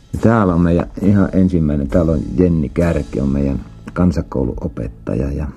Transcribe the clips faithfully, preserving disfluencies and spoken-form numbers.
Ja täällä on meidän ihan ensimmäinen, täällä on Jenni Kärki, on meidän kansakouluopettaja. Ja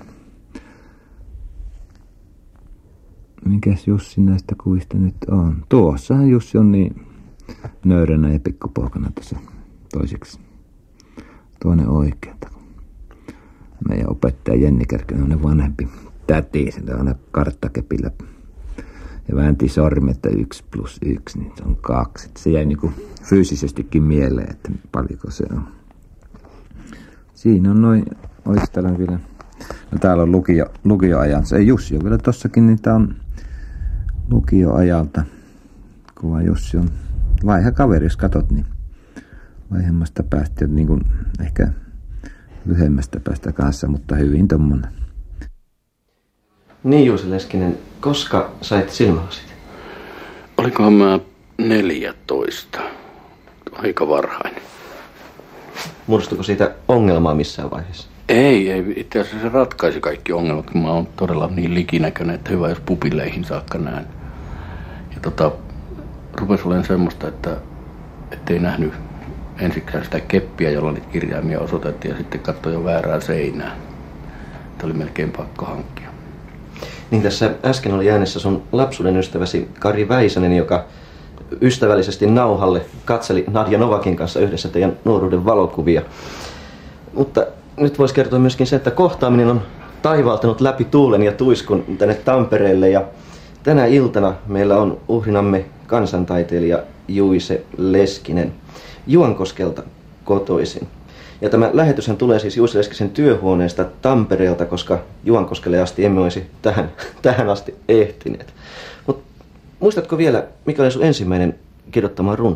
mikäs Jussi näistä kuvista nyt on? Tuossahan Jussi on niin nöyränä ja pikkupoikana tässä toiseksi. Toinen oikealta. Meidän opettaja Jenni Kärki on vanhempi täti, se on aina karttakepillä. Ja väänti sormi, että yksi plus yksi, niin se on kaksi. Se jäi niinku fyysisestikin mieleen, että paljonko se on. Siinä on noin, olis täällä vielä, no täällä on lukio, lukioajansa. Ei, Jussi on vielä tossakin, niin tää on lukioajalta. Kuva Jussi on laiha kaveri, jos katot, niin vaihemmasta päästä, niin kuin ehkä lyhyemmästä päästä kanssa, mutta hyvin tommonen. Niin, Juuso Leskinen, koska sait silmälasit? Olikohan mä neljätoista, aika varhain. Muodostuiko siitä ongelmaa missään vaiheessa? Ei, ei. Itse asiassa se ratkaisi kaikki ongelmat, kun mä oon todella niin likinäköinen, että hyvä, jos pupilleihin saakka näen. Ja tota, rupesi olemaan semmoista, että ettei nähnyt ensikseen sitä keppiä, jolla niitä kirjaimia osoitettiin, ja sitten katsoi jo väärää seinää. Tämä oli melkein pakko hankkia. Niin, tässä äsken oli äänessä sun lapsuuden ystäväsi Kari Väisänen, joka ystävällisesti nauhalle katseli Nadja Novakin kanssa yhdessä teidän nuoruuden valokuvia. Mutta nyt voisi kertoa myöskin se, että kohtaaminen on taivaaltanut läpi tuulen ja tuiskun tänne Tampereelle. Ja tänä iltana meillä on uhrinamme kansantaiteilija Juise Leskinen Juankoskelta kotoisin. Ja tämä lähetyshän tulee siis Juise Leskisen työhuoneesta Tampereelta, koska Juankoskelle asti emme olisi tähän, tähän asti ehtineet. Mut muistatko vielä, mikä oli sun ensimmäinen kirjoittama runo?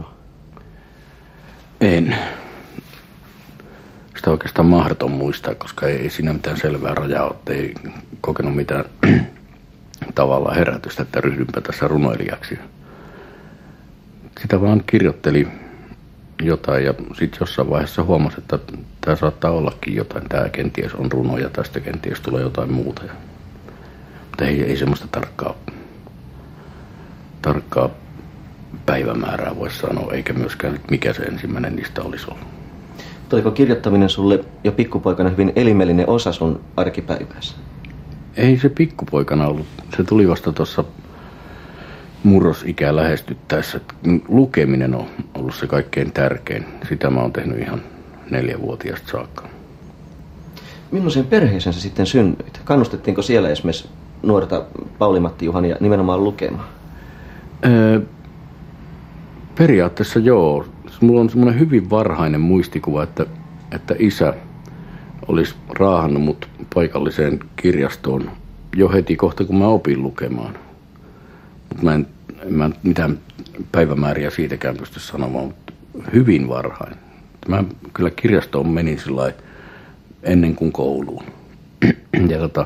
En. Sitä oikeastaan mahdoton muistaa, koska ei siinä mitään selvää rajaa ole. Ei kokenut mitään tavallaan herätystä, että ryhdynpä tässä runoilijaksi. Sitä vaan kirjoitteli jotain ja sitten jossain vaiheessa huomasi, että tämä saattaa ollakin jotain. Tämä kenties on runo ja tästä kenties tulee jotain muuta. Mutta ei, ei semmoista tarkkaa, tarkkaa päivämäärää voi sanoa, eikä myöskään mikä se ensimmäinen niistä olisi ollut. Oliko kirjoittaminen sulle jo pikkupoikana hyvin elimellinen osa sun arkipäivässä? Ei se pikkupoikana ollut. Se tuli vasta tuossa murrosikää lähestyttäessä. Lukeminen on ollut se kaikkein tärkein. Sitä mä oon tehnyt ihan neljävuotiaasta saakka. Millaisen perheeseen sä sitten synnyit? Kannustettiinko siellä esimerkiksi nuorta Pauli-Matti Juhania nimenomaan lukemaan? Öö, periaatteessa joo. Mulla on semmoinen hyvin varhainen muistikuva, että, että isä olisi raahannut mut paikalliseen kirjastoon jo heti kohta, kun mä opin lukemaan. Mutta mä en, en mä mitään päivämääriä siitäkään pysty sanomaan, mutta hyvin varhain. Mä kyllä kirjastoon menin sillä ennen kuin kouluun. Ja tota,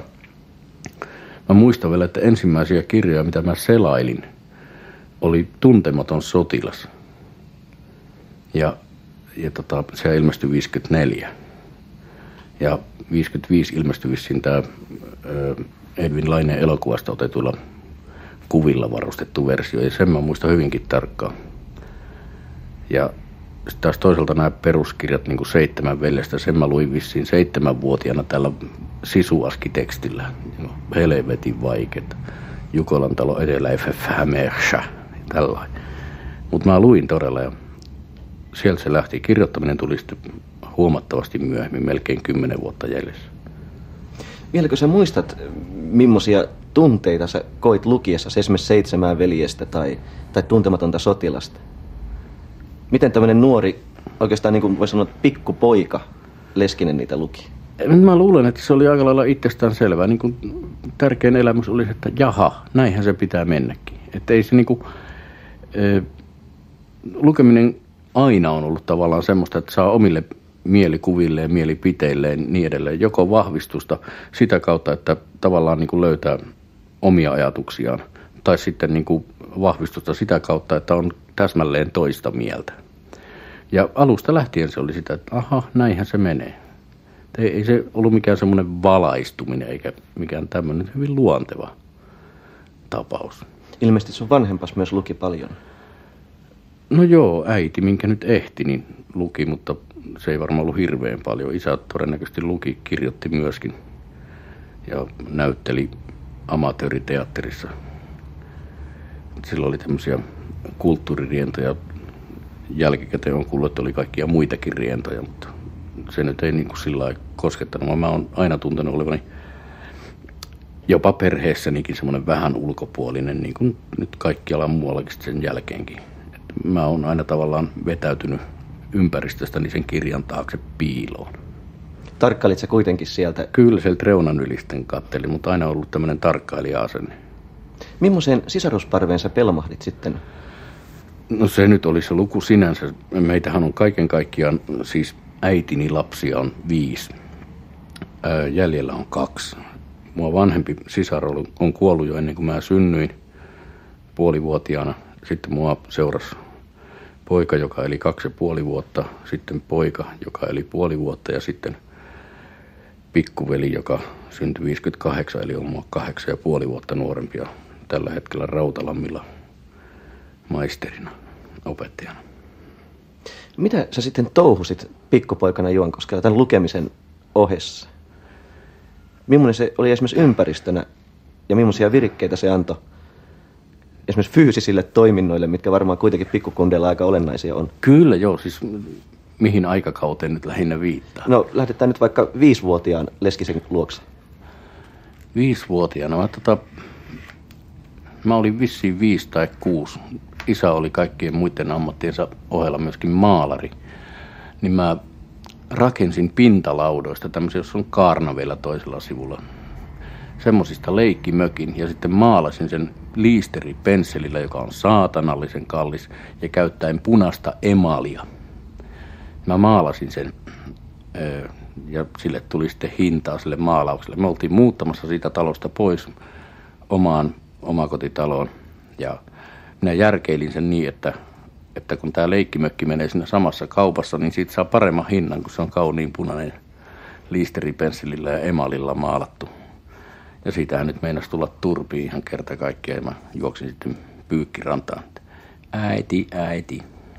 mä muistan vielä, että ensimmäisiä kirjoja, mitä mä selailin, oli Tuntematon sotilas. Ja, ja tota, se ilmestyi viisikymmentäneljä. Ja viisikymmentäviisi ilmestyi vissiin tämä Edwin Laineen elokuvasta otetuilla kuvilla varustettu versio. Ja sen mä muistan hyvinkin tarkkaan. Ja sitten taas toisaalta nämä peruskirjat, niin kuin Seitsemän veljestä, sen mä luin vissiin seitsemänvuotiaana tällä sisuaskitekstillä. Helvetin vaikeeta. Jukolan talo edellä F F Hämeersä. Tällainen. Mutta mä luin todella ja sieltä se lähti. Kirjoittaminen tuli sitten huomattavasti myöhemmin, melkein kymmenen vuotta jäljessä. Vieläkö sä muistat, millaisia tunteita sä koit lukiessa esimerkiksi Seitsemää veljestä tai, tai Tuntematonta sotilasta? Miten tämmöinen nuori, oikeastaan niin kuin voi sanoa pikkupoika, Leskinen niitä luki? Mä luulen, että se oli aika lailla itsestään selvää. Niin kuin tärkein elämys oli se, että jaha, näinhän se pitää mennäkin. Että ei se niin kuin, e, lukeminen aina on ollut tavallaan semmoista, että saa omille mielikuvilleen, mielipiteilleen niin edelleen. Joko vahvistusta sitä kautta, että tavallaan niin kuin löytää omia ajatuksiaan. Tai sitten niin kuin vahvistusta sitä kautta, että on täsmälleen toista mieltä. Ja alusta lähtien se oli sitä, että aha, näinhän se menee. Ei, ei se ollut mikään semmoinen valaistuminen eikä mikään tämmöinen hyvin luonteva tapaus. Ilmeisesti sun vanhempas myös luki paljon. No joo, äiti, minkä nyt ehti, niin luki, mutta se ei varmaan ollut hirveän paljon. Isä todennäköisesti luki, kirjoitti myöskin ja näytteli amatööriteatterissa. Silloin oli tämmöisiä kulttuuririentoja. Jälkikäteen on kuullut, että oli kaikkia muitakin rientoja, mutta se nyt ei niin kuin sillä lailla koskettanut. Mä oon aina tuntenut olevani jopa perheessänikin semmoinen vähän ulkopuolinen, niin kuin nyt kaikkialla muuallakin sen jälkeenkin. Et mä oon aina tavallaan vetäytynyt ympäristöstäni sen kirjan taakse piiloon. Tarkkailit sä kuitenkin sieltä? Kyllä, sieltä reunan ylisten kattelin, mutta aina ollut tämmöinen tarkkailija-asenne. Millaiseen sisarusparveen sä pelmahdit sitten? No se nyt oli se luku sinänsä. Meitähän on kaiken kaikkiaan, siis äitini lapsia on viisi. Ää, jäljellä on kaksi. Mua vanhempi sisar on kuollut jo ennen kuin mä synnyin puolivuotiaana. Sitten mua seurasi poika, joka eli kaksi ja puoli vuotta. Sitten poika, joka eli puoli vuotta. Ja sitten pikkuveli, joka syntyi viisikymmentäkahdeksan, eli on mua kahdeksan ja puoli vuotta nuorempia. Tällä hetkellä Rautalammilla maisterina, opettajana. Mitä sä sitten touhusit pikkupoikana Juankoskella tämän lukemisen ohessa? Millainen se oli esimerkiksi ympäristönä ja millaisia virikkeitä se antoi esimerkiksi fyysisille toiminnoille, mitkä varmaan kuitenkin pikkukundeilla aika olennaisia on? Kyllä joo, siis mihin aikakauteen nyt lähinnä viittaa? No lähdetään nyt vaikka viisivuotiaan Leskisen luokse. Viisivuotiaana? Mä, tota, mä olin vissiin viisi tai kuusi. Isä oli kaikkien muiden ammattiensa ohella myöskin maalari. Niin mä rakensin pintalaudoista tämmöisiä, jos on kaarnaveilla toisella sivulla. Semmosista leikkimökin ja sitten maalasin sen liisteripensselillä, joka on saatanallisen kallis ja käyttäen punaista emalia. Mä maalasin sen ja sille tuli sitten hintaa sille maalaukselle. Me oltiin muuttamassa siitä talosta pois omaan omakotitaloon ja minä järkeilin sen niin, että, että kun tämä leikkimökki menee siinä samassa kaupassa, niin siitä saa paremman hinnan, kun se on kauniin punainen liisteripensselillä ja emalilla maalattu. Ja siitähän nyt meinasi tulla turpiin ihan kerta kaikkiaan ja mä juoksin sitten Pyykkirantaan. Äiti, äiti.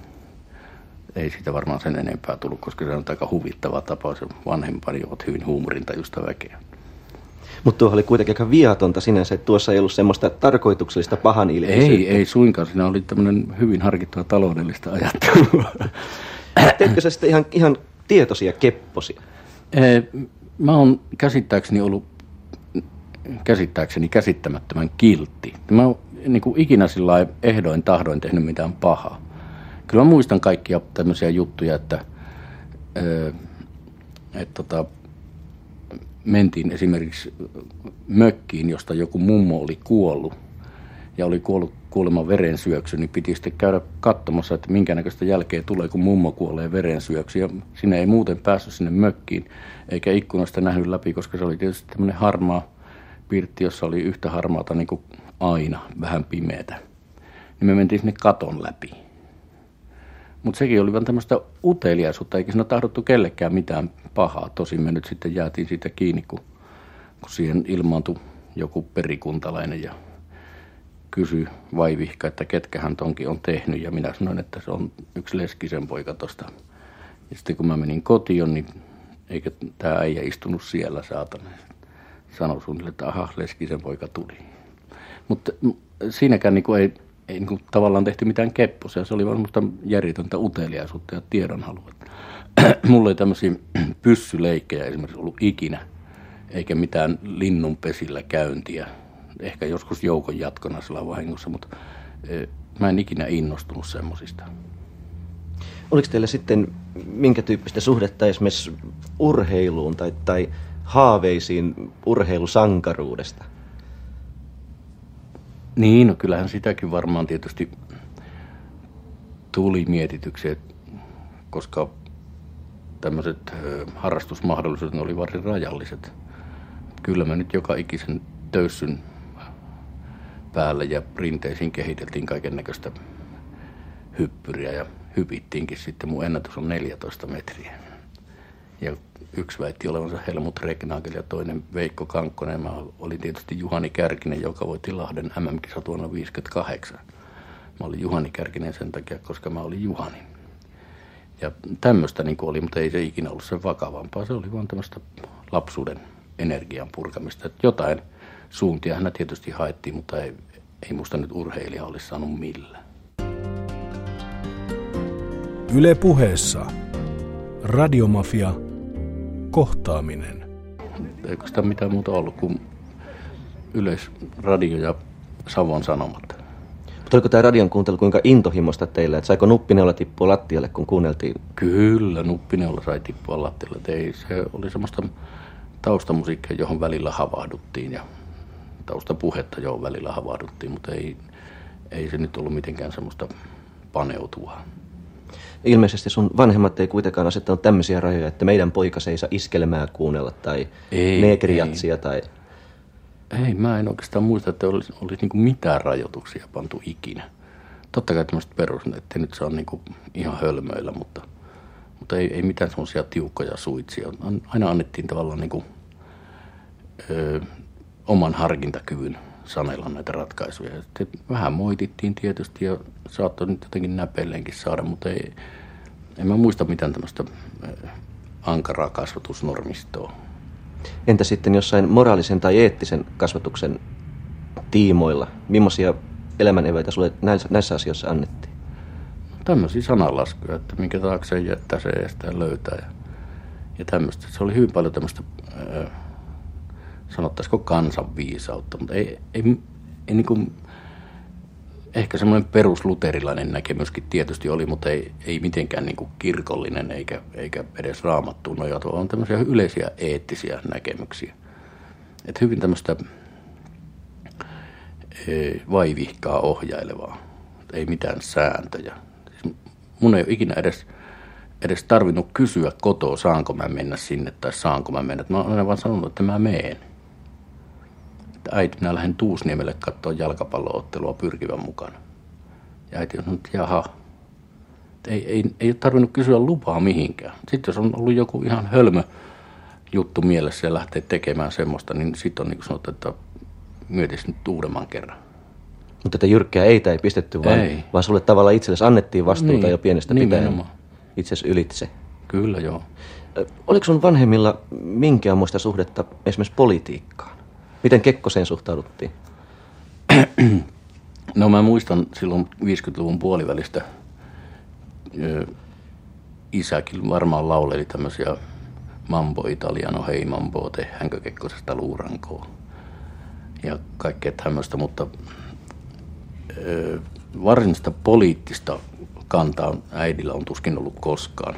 Ei siitä varmaan sen enempää tullut, koska se on aika huvittava tapaus ja vanhempani ovat hyvin huumorintajuista väkeä. Mutta tuohon oli kuitenkin aika viatonta sinänsä, että tuossa ei ollut semmoista tarkoituksellista pahan ilmeisyyttä. Ei, ei suinkaan. Siinä oli tämmöinen hyvin harkittua taloudellista ajattelua. Teetkö sä sitten ihan, ihan tietoisia kepposia? Mä oon käsittääkseni ollut käsittääkseni käsittämättömän kiltti. Mä oon niin kuin ikinä sillä ehdoin tahdoin tehnyt mitään pahaa. Kyllä mä muistan kaikkia tämmöisiä juttuja, että, että tota, mentiin esimerkiksi mökkiin, josta joku mummo oli kuollut ja oli kuollut kuoleman verensyöksy, niin piti sitten käydä katsomassa, että minkä näköistä jälkeä tulee, kun mummo kuolee verensyöksy. Ja sinne ei muuten päässyt sinne mökkiin, eikä ikkunasta nähnyt läpi, koska se oli tietysti tämmöinen harmaa pirtti, jossa oli yhtä harmaata niin kuin aina, vähän pimeätä. Niin me mentiin sinne katon läpi. Mutta sekin oli vaan tämmöistä uteliaisuutta, eikä siinä tahdottu kellekään mitään pahaa. Tosin me nyt sitten jäätiin siitä kiinni, kun, kun siihen ilmaantui joku perikuntalainen ja kysyi vaivihka, että ketkä hän tonkin on tehnyt. Ja minä sanoin, että se on yksi Leskisen poika tosta. Ja sitten kun mä menin kotiin, niin eikä tämä äijä istunut siellä, saatana. Sanoi suunnilleen, että aha, Leskisen poika tuli. Mutta siinäkään niin kuin ei... Ei niin kuin tavallaan tehty mitään kepposia, se oli vaan semmoista järjetöntä uteliaisuutta ja tiedonhalua. Mulla ei tämmöisiä pyssyleikkejä esimerkiksi ollut ikinä, eikä mitään linnunpesillä käyntiä. Ehkä joskus joukon jatkona sillä vahingossa, mutta mä en ikinä innostunut semmosista. Oliko teillä sitten minkä tyyppistä suhdetta esimerkiksi urheiluun tai, tai haaveisiin urheilusankaruudesta? Niin, no kyllähän sitäkin varmaan tietysti tuli mietityksiä, koska tämmöiset harrastusmahdollisuudet oli varsin rajalliset. Kyllä me nyt joka ikisen töyssyn päälle ja rinteisiin kehiteltiin kaiken näköistä hyppyriä ja hypittiinkin sitten. Mun ennätys on neljätoista metriä. Ja yksi väitti olevansa Helmut Regnagel ja toinen Veikko Kankkonen. Mä olin tietysti Juhani Kärkinen, joka voitti Lahden M M-kisat vuonna viisikymmentäkahdeksan. Mä olin Juhani Kärkinen sen takia, koska mä olin Juhani. Ja tämmöistä niin oli, mutta ei se ikinä ollut sen vakavampaa. Se oli vaan tämmöistä lapsuuden energian purkamista. Että jotain suuntia hän tietysti haettiin, mutta ei, ei musta nyt urheilija olisi saanut millään. Yle Puheessa. Radiomafia. Kohtaaminen. Eikö sitä mitään muuta ollut kuin Yleisradio ja Savon Sanomat? Mutta oliko tämä radion kuuntelu kuinka intohimoista teillä? Että saiko nuppineula tippua lattialle, kun kuunneltiin? Kyllä, nuppineula sai tippua lattialle. Ei, se oli semmoista taustamusiikkia, johon välillä havahduttiin ja taustapuhetta, johon välillä havahduttiin, mutta ei, ei se nyt ollut mitenkään semmoista paneutuvaa. Ilmeisesti sun vanhemmat ei kuitenkaan asettanut tämmöisiä rajoja, että meidän poikas ei saa iskelmää kuunnella tai neekerijatsia tai... Ei, mä en oikeastaan muista, että olisi, olisi niin kuin mitään rajoituksia pantu ikinä. Totta kai tämmöistä perus, että nyt se on niin kuin ihan hölmöillä, mutta, mutta ei, ei mitään semmoisia tiukkoja suitsia. Aina annettiin tavallaan niin kuin, ö, oman harkintakyvyn sanella näitä ratkaisuja. Sitten vähän moitittiin tietysti ja saattoi nyt jotenkin näpeilleenkin saada, mutta ei, en mä muista mitään tämmöistä ankaraa kasvatusnormistoa. Entä sitten jossain moraalisen tai eettisen kasvatuksen tiimoilla? Millaisia elämäneväitä sulle näissä, näissä asioissa annettiin? Tämmöisiä sananlaskuja, että minkä taakse jättää se estää löytää ja, ja tämmöistä. Se oli hyvin paljon tämmöistä, äh, sanottaisiko kansanviisautta, mutta ei, ei, ei niin kuin, ehkä semmoinen perusluterilainen näkemyskin tietysti oli, mutta ei, ei mitenkään niin kuin kirkollinen eikä, eikä edes raamattuun nojautuva. On tämmöisiä yleisiä eettisiä näkemyksiä. Että hyvin tämmöistä e, vaivihkaa ohjailevaa. Ei mitään sääntöjä. Siis mun ei ole ikinä edes, edes tarvinnut kysyä kotoa, saanko mä mennä sinne tai saanko mä mennä. Mä olen aina vaan sanonut, että mä meen. Äiti, minä lähden Tuusniemelle katsoa jalkapalloottelua Pyrkivän mukana. Ja äiti on sanonut, että jaha, ei, ei, ei ole tarvinnut kysyä lupaa mihinkään. Sitten jos on ollut joku ihan hölmö juttu mielessä ja lähtee tekemään semmoista, niin sitten on niin kuin sanottu, että mietis nyt uudemman kerran. Mutta tätä jyrkkää eitä ei pistetty, vaan, ei. vaan sulle tavallaan itsellesi annettiin vastuuta niin, jo pienestä pitäen itsesi ylitse. Kyllä, joo. Oliko sun vanhemmilla minkäänmoista suhdetta esimerkiksi politiikkaan? Miten Kekkoseen suhtauduttiin? No mä muistan silloin viisikymmentäluvun puolivälistä isäkin varmaan lauleli tämmöisiä Mambo Italiano, hei Mambo, tehdäänkö Kekkosesta luurankoa ja kaikkea tämmöistä, mutta varsinaista poliittista kantaa äidillä on tuskin ollut koskaan.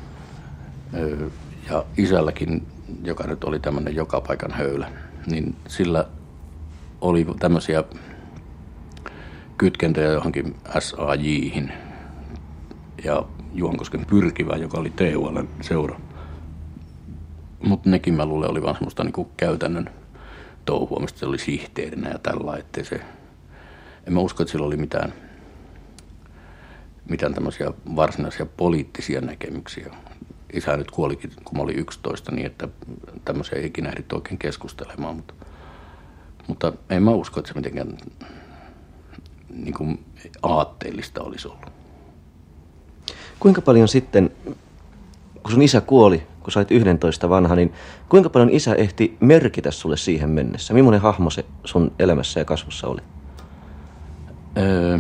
Ja isälläkin, joka nyt oli tämmöinen joka paikan höylä, niin sillä oli tämmöisiä kytkentöjä johonkin S A J:hin ja Juankosken Pyrkivä, joka oli T H L:n seura. Mutta nekin mä luulen oli vaan semmoista niinku käytännön touhua, mistä se oli sihteerinä ja tällä, ettei se... En mä usko, että sillä oli mitään, mitään tämmöisiä varsinaisia poliittisia näkemyksiä. Isä nyt kuolikin, kun mä olin yksitoista, niin että tämmöisiä ei ikinä ehditty oikein keskustelemaan, mutta, mutta en mä usko, että se mitenkään niin kuin aatteellista olisi ollut. Kuinka paljon sitten, kun sun isä kuoli, kun sä olit yksitoista vanha, niin kuinka paljon isä ehti merkitä sulle siihen mennessä? Millainen hahmo se sun elämässä ja kasvussa oli? Öö,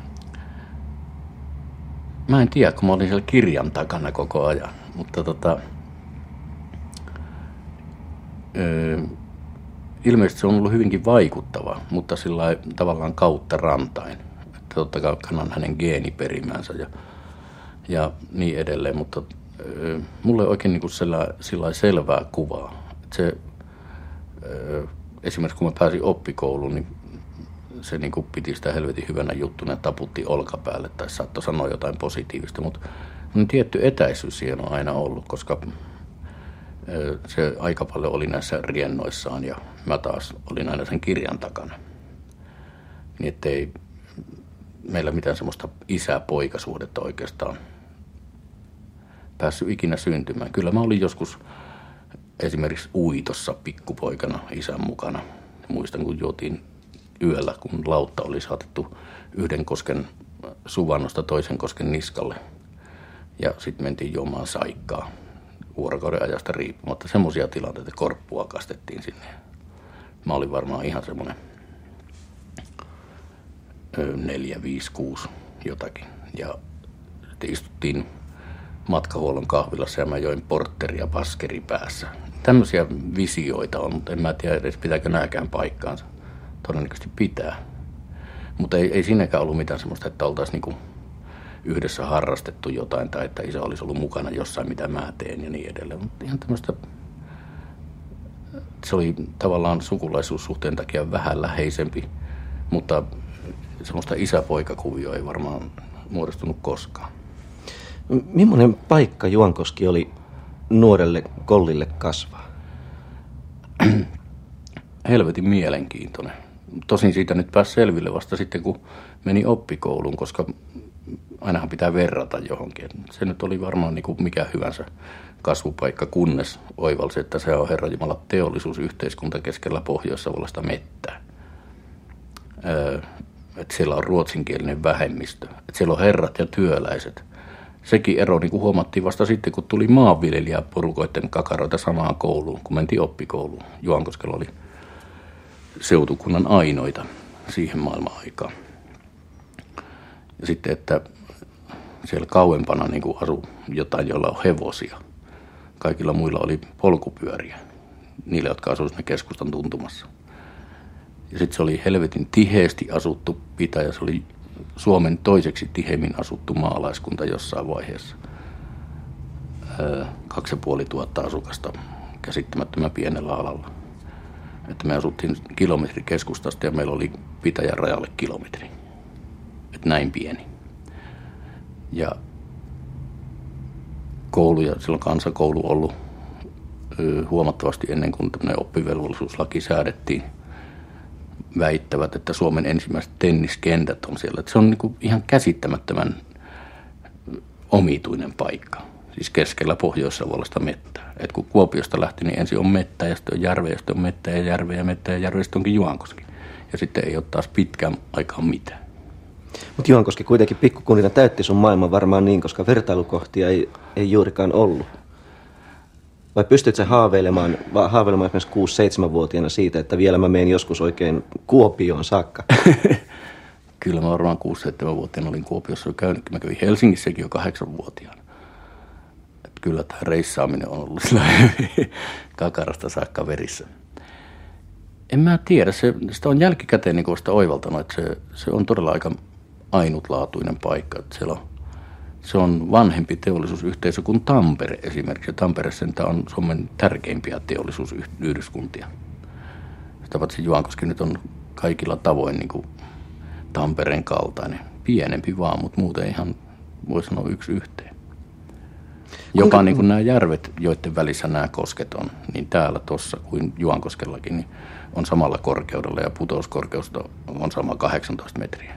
mä en tiedä, kun mä olin siellä kirjan takana koko ajan, mutta tota, öö, ilmeisesti se on ollut hyvinkin vaikuttava, mutta sillä tavallaan kautta rantain. Että totta kai kannan hänen geeniperimänsä ja, ja niin edelleen, mutta öö, mulle ei oikein niin kuin sillä, sillä selvää kuvaa. Että se, öö, esimerkiksi kun mä pääsin oppikouluun, niin se niin kuin piti sitä helvetin hyvänä juttuna, taputti olkapäälle tai saattoi sanoa jotain positiivista, mutta tietty etäisyys siihen on aina ollut, koska se aika paljon oli näissä riennoissaan ja mä taas olin aina sen kirjan takana. Niin ettei meillä mitään semmoista isä-poikasuhdetta oikeastaan päässyt ikinä syntymään. Kyllä mä olin joskus esimerkiksi uitossa pikkupoikana isän mukana. Muistan, kun juotiin yöllä, kun lautta oli saatettu yhden kosken suvannosta toisen kosken niskalle. Ja sitten mentiin juomaan saikkaa vuorokauden ajasta riippumatta. Semmoisia tilanteita, korppua kastettiin sinne. Mä olin varmaan ihan semmoinen neljä, viisi, kuusi jotakin. Ja sitten istuttiin matkahuollon kahvilassa ja mä join porteria paskeri päässä. Tämmöisiä visioita on, mutta en mä tiedä edes pitääkö nääkään paikkaansa. Todennäköisesti pitää. Mutta ei, ei siinäkään ollut mitään semmoista, että oltaisiin niinku yhdessä harrastettu jotain tai että isä olisi ollut mukana jossain, mitä mä teen ja niin edelleen. Mutta ihan tämmöistä, se oli tavallaan sukulaisuussuhteen takia vähän läheisempi, mutta semmoista isä-poikakuvioa ei varmaan muodostunut koskaan. Millainen paikka Juankoski oli nuorelle kollille kasvaa? Helvetin mielenkiintoinen. Tosin siitä nyt pääsi selville vasta sitten, kun meni oppikouluun, koska ainahan pitää verrata johonkin. Se nyt oli varmaan niin kuin mikä hyvänsä kasvupaikka, kunnes oivalsi, että se on herranjumala teollisuusyhteiskunta keskellä Pohjois-Savolaista mettää. Öö, että siellä on ruotsinkielinen vähemmistö, että siellä on herrat ja työläiset. Sekin ero niin kuin huomattiin vasta sitten, kun tuli maanviljelijäporukoiden kakaroita samaan kouluun, kun mentiin oppikouluun. Juankoskella oli seutukunnan ainoita siihen maailman aikaan. Ja sitten, että siellä kauempana niin kuin asui jotain, jolla on hevosia. Kaikilla muilla oli polkupyöriä, niille, jotka asuivat siinä keskustan tuntumassa. Ja sitten se oli helvetin tiheesti asuttu pitäjä, se oli Suomen toiseksi tiheimmin asuttu maalaiskunta jossain vaiheessa. Öö, kaksi ja puoli tuhatta asukasta käsittämättömän pienellä alalla. Että me asuttiin kilometri keskustasta ja meillä oli pitäjän rajalle kilometri. Että näin pieni. Ja koulu ja silloin kansakoulu ollut öö, huomattavasti ennen kuin tämmöinen oppivelvollisuuslaki säädettiin. Väittävät, että Suomen ensimmäiset tenniskentät on siellä. Että se on niin kuin ihan käsittämättömän omituinen paikka. Siis keskellä Pohjois-Savolaista mettää. Et kun Kuopiosta lähti, niin ensin on mettä ja sitten on järve ja sitten on mettä ja järve ja mettä ja järve ja sitten onkin Juankoski. Ja sitten ei ole taas pitkään aikaan mitään. Mutta Juankoski kuitenkin pikkukunnina täytti sun maailman varmaan niin, koska vertailukohtia ei, ei juurikaan ollut. Vai pystyt sä haaveilemaan, haaveilemaan esimerkiksi kuusi-seitsemänvuotiaana siitä, että vielä mä menen joskus oikein Kuopioon saakka? Kyllä mä varmaan kuusi-seitsemänvuotiaana olin Kuopiossa jo käynyt. Mä kävin Helsingissäkin jo kahdeksanvuotiaana. Et kyllä tämä reissaaminen on ollut sillä kakarasta saakka verissä. En mä tiedä, se, sitä on jälkikäteen niin sitä oivaltanut, että se, se on todella aika ainutlaatuinen paikka. Että siellä on, se on vanhempi teollisuusyhteisö kuin Tampere esimerkiksi. Ja Tampere sentään on Suomen tärkeimpiä teollisuusyhdyskuntia. Sitä paitsi Juankoski nyt on kaikilla tavoin niin kuin Tampereen kaltainen. Pienempi vaan, mutta muuten ihan voi sanoa yksi yhteen. Jopa Kuinka... niin kuin nämä järvet, joiden välissä nämä kosket on, niin täällä tuossa kuin Juankoskellakin, niin on samalla korkeudella ja putouskorkeus on sama kahdeksantoista metriä.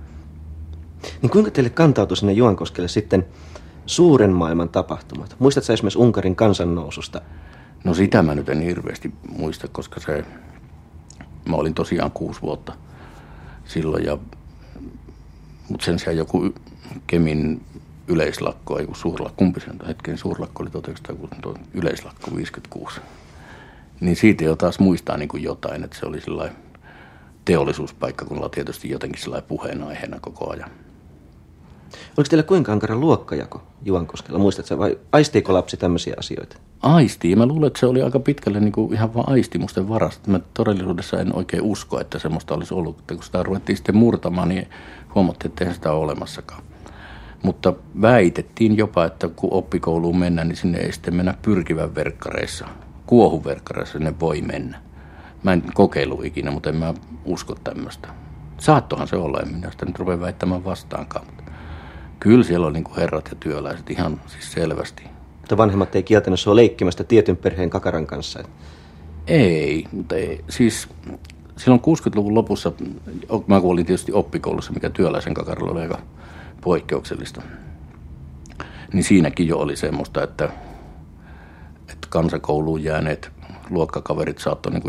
Niin kuinka teille kantautui sinne Juankoskelle sitten suuren maailman tapahtumat? Muistatko sä esimerkiksi Unkarin kansannoususta? No sitä mä nyt en hirveästi muista, koska se, mä olin tosiaan kuusi vuotta silloin, ja, mutta sen sijaan joku Kemin yleislakko, ei kun suurlakko, kumpi sen hetken suurlakko oli tuhatyhdeksänsataakuusikymmentä, yleislakko viisikymmentäkuusi. Niin siitä jo taas muistaa niin kuin jotain, että se oli sellainen teollisuuspaikkakunnalla tietysti jotenkin sellainen puheenaiheena koko ajan. Oliko teillä kuinka ankara luokkajako Juankoskella? Muistatko vai aistiiko lapsi tämmöisiä asioita? Aistii. Mä luulen, että se oli aika pitkälle niin kuin ihan vaan aistimusten varasta. Mä todellisuudessa en oikein usko, että semmoista olisi ollut. Että kun sitä ruvettiin sitten murtamaan, niin huomattiin, että eihän sitä ole olemassakaan. Mutta väitettiin jopa, että kun oppikouluun mennään, niin sinne ei sitten mennä pyrkivän verkkareissa. Kuohuverkkareissa sinne voi mennä. Mä en kokeilu ikinä, mutta en mä usko tämmöistä. Saattohan se olla, en minä sitä nyt rupea väittämään vastaankaan. Mutta kyllä siellä on niin kuin herrat ja työläiset ihan siis selvästi. Mutta vanhemmat ei kieltänyt sua leikkimästä tietyn perheen kakaran kanssa? Ei, mutta ei. Siis silloin kuusikymmentäluvun lopussa, mä olin tietysti oppikoulussa, mikä työläisen kakaralla oli aika poikkeuksellista. Niin siinäkin jo oli semmoista, että, että kansakouluun jääneet luokkakaverit saattoi niin kuin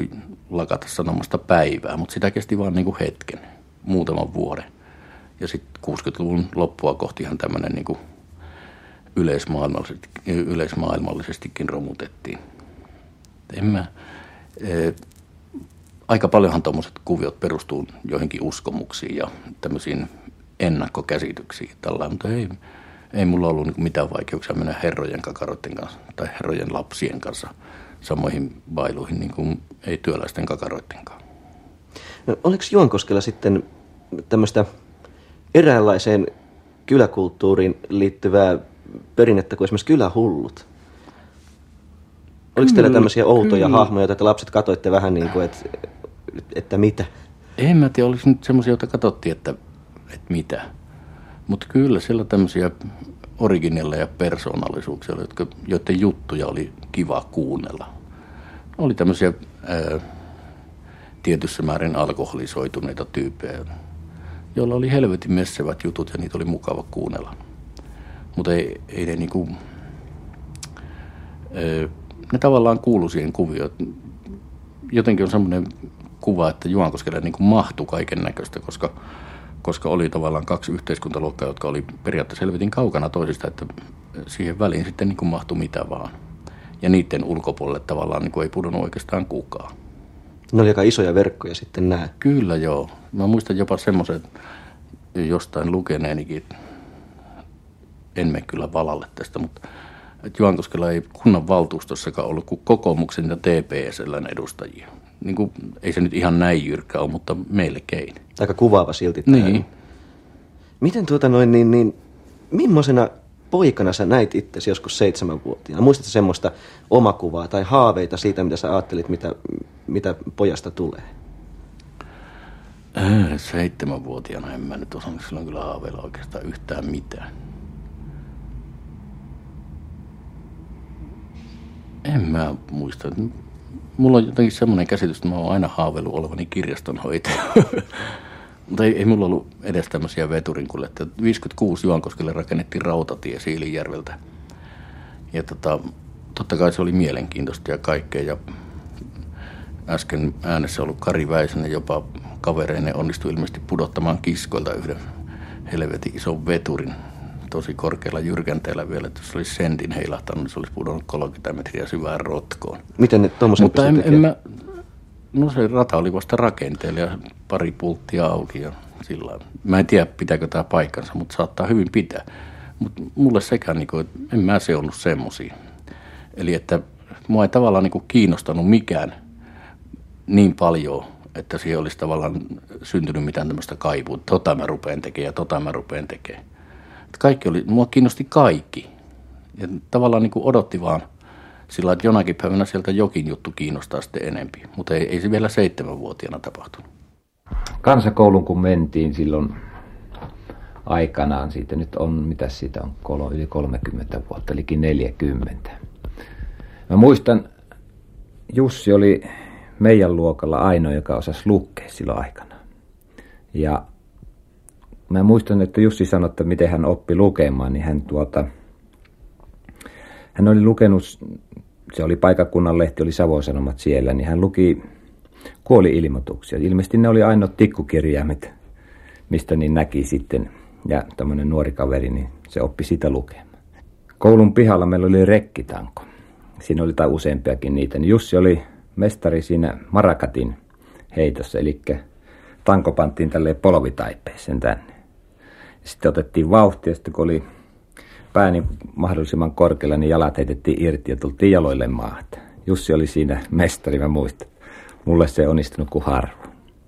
lakata sanomasta päivää, mutta sitä kesti vaan niin kuin hetken, muutaman vuoden. Ja sitten kuusikymmentäluvun loppua kohtihan tämmöinen niin kuin yleismaailmallisesti, yleismaailmallisestikin romutettiin. En mä, e, aika paljonhan tuommoiset kuviot perustuu joihinkin uskomuksiin ja tämmöisiin ennakkokäsityksiin tällä, mutta ei, ei mulla ollut niin mitään vaikeuksia mennä herrojen kakaroiden kanssa tai herrojen lapsien kanssa samoihin bailuihin, niin kuin ei työläisten kakaroittenkaan. No, oliko Juankoskella sitten tämmöistä eräänlaiseen kyläkulttuuriin liittyvää perinnettä kuin esimerkiksi kylähullut? Oliko teillä tämmöisiä outoja kyllä. hahmoja, joita te lapset katoitte vähän niin kuin, että, että mitä? En mä tiedä, oliko nyt semmoisia, joita katsottiin, että, että mitä. Mutta kyllä siellä tämmöisiä originelleja persoonallisuuksia, jotka, joiden juttuja oli kiva kuunnella. Oli tämmöisiä ää, tietyssä määrin alkoholisoituneita tyyppejä, joilla oli helvetin messevät jutut ja niitä oli mukava kuunnella. Mutta ei, ei ne niinku, ää, ne tavallaan kuulu siihen kuvioon. Jotenkin on semmoinen kuva, että Juankoskelle niinku mahtui kaiken näköistä, koska koska oli tavallaan kaksi yhteiskuntaluokkaa, jotka oli periaatteessa helvetin kaukana toisista, että siihen väliin sitten niin kuin mahtui mitä vaan. Ja niiden ulkopuolelle tavallaan niin kuin ei pudonnut oikeastaan kukaan. Ne oli aika isoja verkkoja sitten nämä. Kyllä joo. Mä muistan jopa semmoisen jostain lukeneenikin, en mene kyllä valalle tästä, mutta että Juankoskella ei kunnan valtuustossakaan ollut kuin kokoomuksen ja T P S:n edustajia. Niin kuin, ei se nyt ihan näin jyrkkä ole, mutta melkein. Aika kuvaava silti. Niin. Miten tuota noin, niin, niin millaisena poikana sä näit itsesi joskus seitsemänvuotiaana? Muistatko semmoista omakuvaa tai haaveita siitä, mitä sä ajattelit, mitä, mitä pojasta tulee? Äh, seitsemänvuotiaana en mä nyt osannut silloin kyllä haaveilla oikeastaan yhtään mitään. En mä muista. Mulla on jotenkin semmoinen käsitys, että mä oon aina haaveillut olevani kirjastonhoitaja. Mutta ei, ei mulla ollut edes tämmöisiä veturinkuljettajia. viisikymmentäkuusi Juankoskelle rakennettiin rautatie Siilinjärveltä. Ja tota, totta kai se oli mielenkiintoista ja kaikkea. Ja äsken äänessä ollut Kari Väisänen jopa kavereinen onnistui ilmeisesti pudottamaan kiskoilta yhden helvetin ison veturin. Tosi korkealla jyrkänteellä vielä, että jos olisi sentin heilahtanut, niin se olisi pudonnut kolmekymmentä metriä syvään rotkoon. Miten ne tuommoisen Mutta en, en mä, no se rata oli vasta rakenteella ja pari pulttia auki ja sillä mä en tiedä, pitääkö tämä paikkansa, mutta saattaa hyvin pitää. Mutta mulle sekään, niin kuin, en mä seonnut semmosia. Eli että mua ei tavallaan niin kuin kiinnostanut mikään niin paljon, että siihen olisi tavallaan syntynyt mitään tämmöistä kaipua. Tota mä rupean tekemään ja tota mä rupean tekemään. Kaikki oli, mua kiinnosti kaikki. Ja tavallaan niin kuin odotti vaan sillä, että jonakin päivänä sieltä jokin juttu kiinnostaa sitten enempi. Mutta ei, ei se vielä seitsemänvuotiaana tapahtunut. Kansakoulun kun mentiin silloin aikanaan, siitä nyt on, mitä siitä on, kolo, yli kolmekymmentä vuotta, eli neljäkymmentä. Mä muistan, Jussi oli meidän luokalla ainoa, joka osasi lukea silloin aikana. Ja mä muistan, että Jussi sanoi, että miten hän oppi lukemaan, niin hän tuota, hän oli lukenut, se oli paikakunnan lehti, oli Savon Sanomat siellä, niin hän luki kuoli-ilmoituksia. Ilmeisesti ne oli ainoat tikkukirjaimet, mistä niin näki sitten, ja tämmöinen nuori kaveri, niin se oppi sitä lukemaan. Koulun pihalla meillä oli rekkitanko. Siinä oli tai useampiakin niitä. Niin Jussi oli mestari siinä marakatin heitossa, eli tanko pantiin tälleen polvitaipeeseen tänne. Sitten otettiin vauhtia, sitten kun oli pää niin mahdollisimman korkealla, niin jalat heitettiin irti ja tultiin jaloille maahan. Jussi oli siinä mestari, mä muistan. Mulle se ei onnistunut kuin harvo.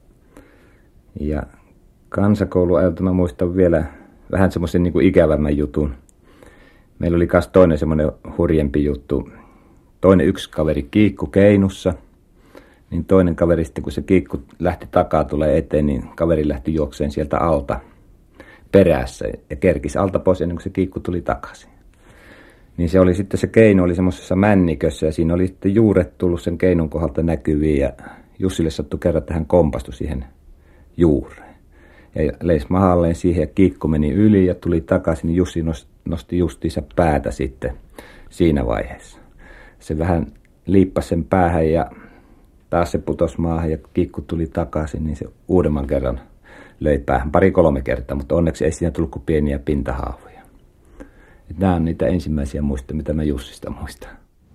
Ja kansakouluajalta mä muistan vielä vähän semmoisen niin kuin ikävämmän jutun. Meillä oli myös toinen semmoinen hurjempi juttu. Toinen yksi kaveri kiikku keinussa, niin toinen kaveri sitten kun se kiikku lähti takaa tulee eteen, niin kaveri lähti juokseen sieltä alta perässä ja kerkisi alta pois ennen kuin se kiikku tuli takaisin. Niin se oli sitten se keino oli semmoisessa männikössä ja siinä oli sitten juuret tullut sen keinon kohdalta näkyviin ja Jussille sattui kerran, että hän kompastui siihen juureen. Ja leisi mahalleen siihen ja kiikku meni yli ja tuli takaisin, niin Jussi nosti justiinsa päätä sitten siinä vaiheessa. Se vähän liippasi sen päähän ja taas se putosi maahan ja kikku tuli takaisin, niin se uudemman kerran löi päähän. Pari-kolme kertaa, mutta onneksi ei siinä tullut kuin pieniä pintahaavoja. Et nämä on niitä ensimmäisiä muistoja, mitä mä Jussista muistan.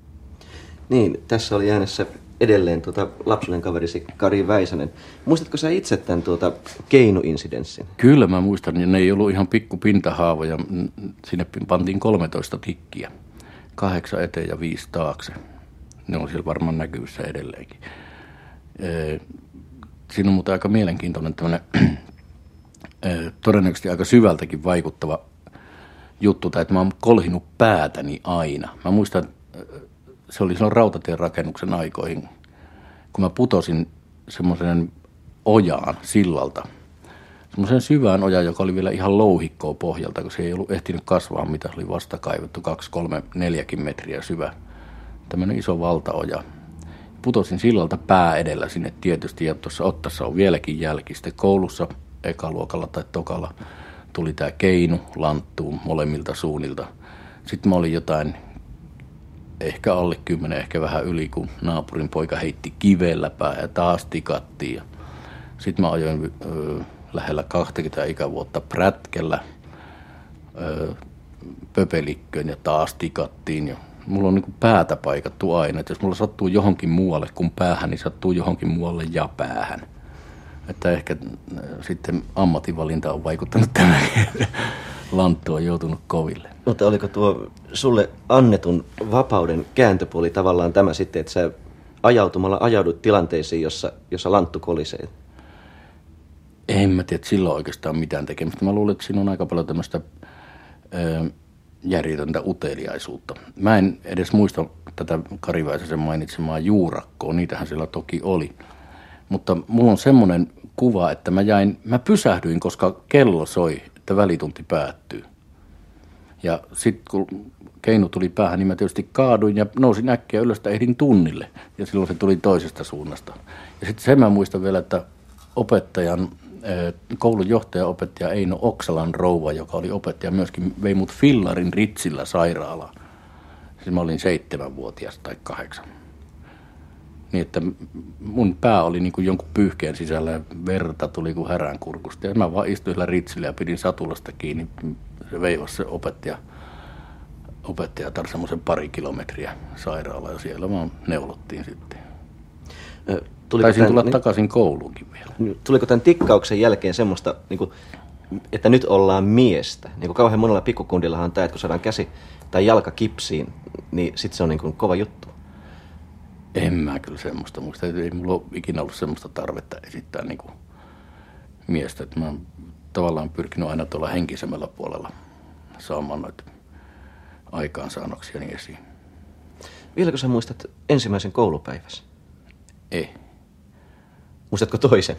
Niin, tässä oli äänessä edelleen tuota lapsuuden kaverisi Kari Väisänen. Muistatko sä itse tämän tuota keinuinsidenssin? Kyllä mä muistan, ja ne ei ollut ihan pikku pintahaavoja. Sinne pantiin kolmetoista tikkiä. Kahdeksan eteen ja viisi taakse. Ne on siellä varmaan näkyvissä edelleenkin. Siinä on muuten aika mielenkiintoinen tämmöinen todennäköisesti aika syvältäkin vaikuttava juttu, tai että mä oon kolhinut päätäni aina. Mä muistan, se oli silloin rautatien rakennuksen aikoihin, kun mä putosin semmoisen ojaan sillalta. Semmoisen syvään ojaan, joka oli vielä ihan louhikkoa pohjalta, kun se ei ollut ehtinyt kasvaa, mitä oli vasta kaivettu, kaksi, kolme, neljäkin metriä syvä. Tämmöinen iso valtaoja. Putosin sillalta pää edellä sinne tietysti, ja tuossa ottassa on vieläkin jälki. Sitten koulussa, ekaluokalla tai tokalla, tuli tää keinu lanttuun molemmilta suunnilta. Sitten mä olin jotain, ehkä alle kymmenen, ehkä vähän yli, kun naapurin poika heitti kivellä pää ja taas tikattiin. Sitten mä ajoin ö, lähellä kaksikymmentä ikävuotta prätkellä ö, pöpelikköön ja taas tikattiin. Ja mulla on niin kuin päätä paikattu aina, että jos mulla sattuu johonkin muualle kuin päähän, niin sattuu johonkin muualle ja päähän. Että ehkä sitten ammatinvalinta on vaikuttanut tämän. Lanttu on joutunut koville. Mutta oliko tuo sulle annetun vapauden kääntöpuoli tavallaan tämä sitten, että sä ajautumalla ajaudut tilanteisiin, jossa, jossa lanttu kolisee? En mä tiedä, sillä on oikeastaan mitään tekemistä. Mä luulen, että siinä on aika paljon tämmöistä ö, järjetöntä uteliaisuutta. Mä en edes muista tätä Kari Väisäsen mainitsemaa juurakkoa, niitähän siellä toki oli. Mutta mulla on semmoinen kuva, että mä jäin, mä pysähdyin, koska kello soi, että välitunti päättyy. Ja sitten kun keinu tuli päähän, niin mä tietysti kaaduin ja nousin äkkiä ylös, että ehdin tunnille. Ja silloin se tuli toisesta suunnasta. Ja sitten sen mä muistan vielä, että opettajan, koulun johtaja-opettaja Eino Oksalan rouva, joka oli opettaja myöskin, vei mut fillarin Ritsillä sairaalaan. Siis mä olin seitsemänvuotias tai kahdeksan. Niin, että mun pää oli niin kuin jonkun pyyhkeen sisällä ja verta tuli kuin häränkurkusta. Ja mä vaan istuin sillä Ritsillä ja pidin satulasta kiinni. Se veivasi se opettaja, opettaja tar semmoisen pari kilometriä sairaalaan ja siellä vaan neulottiin sitten. Tuliko Taisin tämän, tulla niin, takaisin kouluunkin vielä. Tuliko tämän tikkauksen jälkeen semmoista, niin kuin, että nyt ollaan miestä? Niin kuin kauhean monella pikkukundillahan on tämä, että kun saadaan käsi tai jalka kipsiin, niin sitten se on niin kuin kova juttu. En mä kyllä semmoista muista. Ei mulla ole ikinä ollut semmoista tarvetta esittää niin kuin miestä. Että mä oon tavallaan pyrkinyt aina tuolla henkisemmällä puolella saamaan noita aikaansaannoksiani esiin. Vieläkö sä muistat ensimmäisen koulupäivässä? Ei. Muistatko toisen?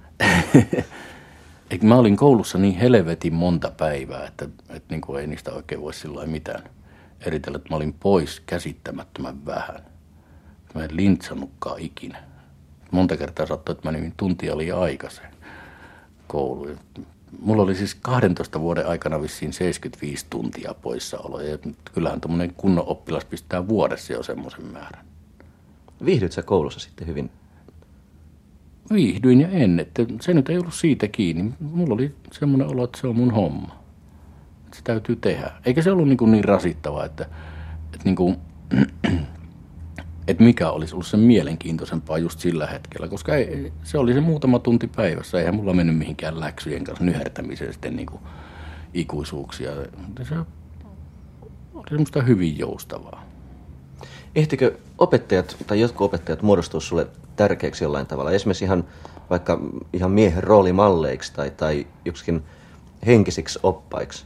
Eikö mä olin koulussa niin helvetin monta päivää, että, että niin kuin ei niistä oikein voi sillä lailla mitään eritellä, että mä olin pois käsittämättömän vähän. Mä en lintsannutkaan ikinä. Monta kertaa sattui, että mä menin tuntia liian aikaiseen kouluun. Mulla oli siis kahdentoista vuoden aikana vissiin seitsemänkymmentäviisi tuntia poissaoloja. Ja kyllähän tommonen kunnon oppilas pistää vuodessa jo semmoisen määrän. Viihdyt sä koulussa sitten hyvin? Viihdyin ja en. Että se nyt ei ollut siitä kiinni. Mulla oli semmoinen olo, että se on mun homma. Että se täytyy tehdä. Eikä se ollut niin, niin rasittavaa, että, että niin kuin että mikä olisi ollut sen mielenkiintoisempaa just sillä hetkellä, koska ei, se oli se muutama tunti päivässä, eihän mulla mennyt mihinkään läksyjen kanssa nyhertämiseen sitten niin kuin ikuisuuksia. Se oli semmoista hyvin joustavaa. Ehtikö opettajat tai jotkut opettajat muodostua sulle tärkeäksi jollain tavalla? Esimerkiksi ihan vaikka ihan miehen roolimalleiksi tai, tai joksikin henkisiksi oppaiksi?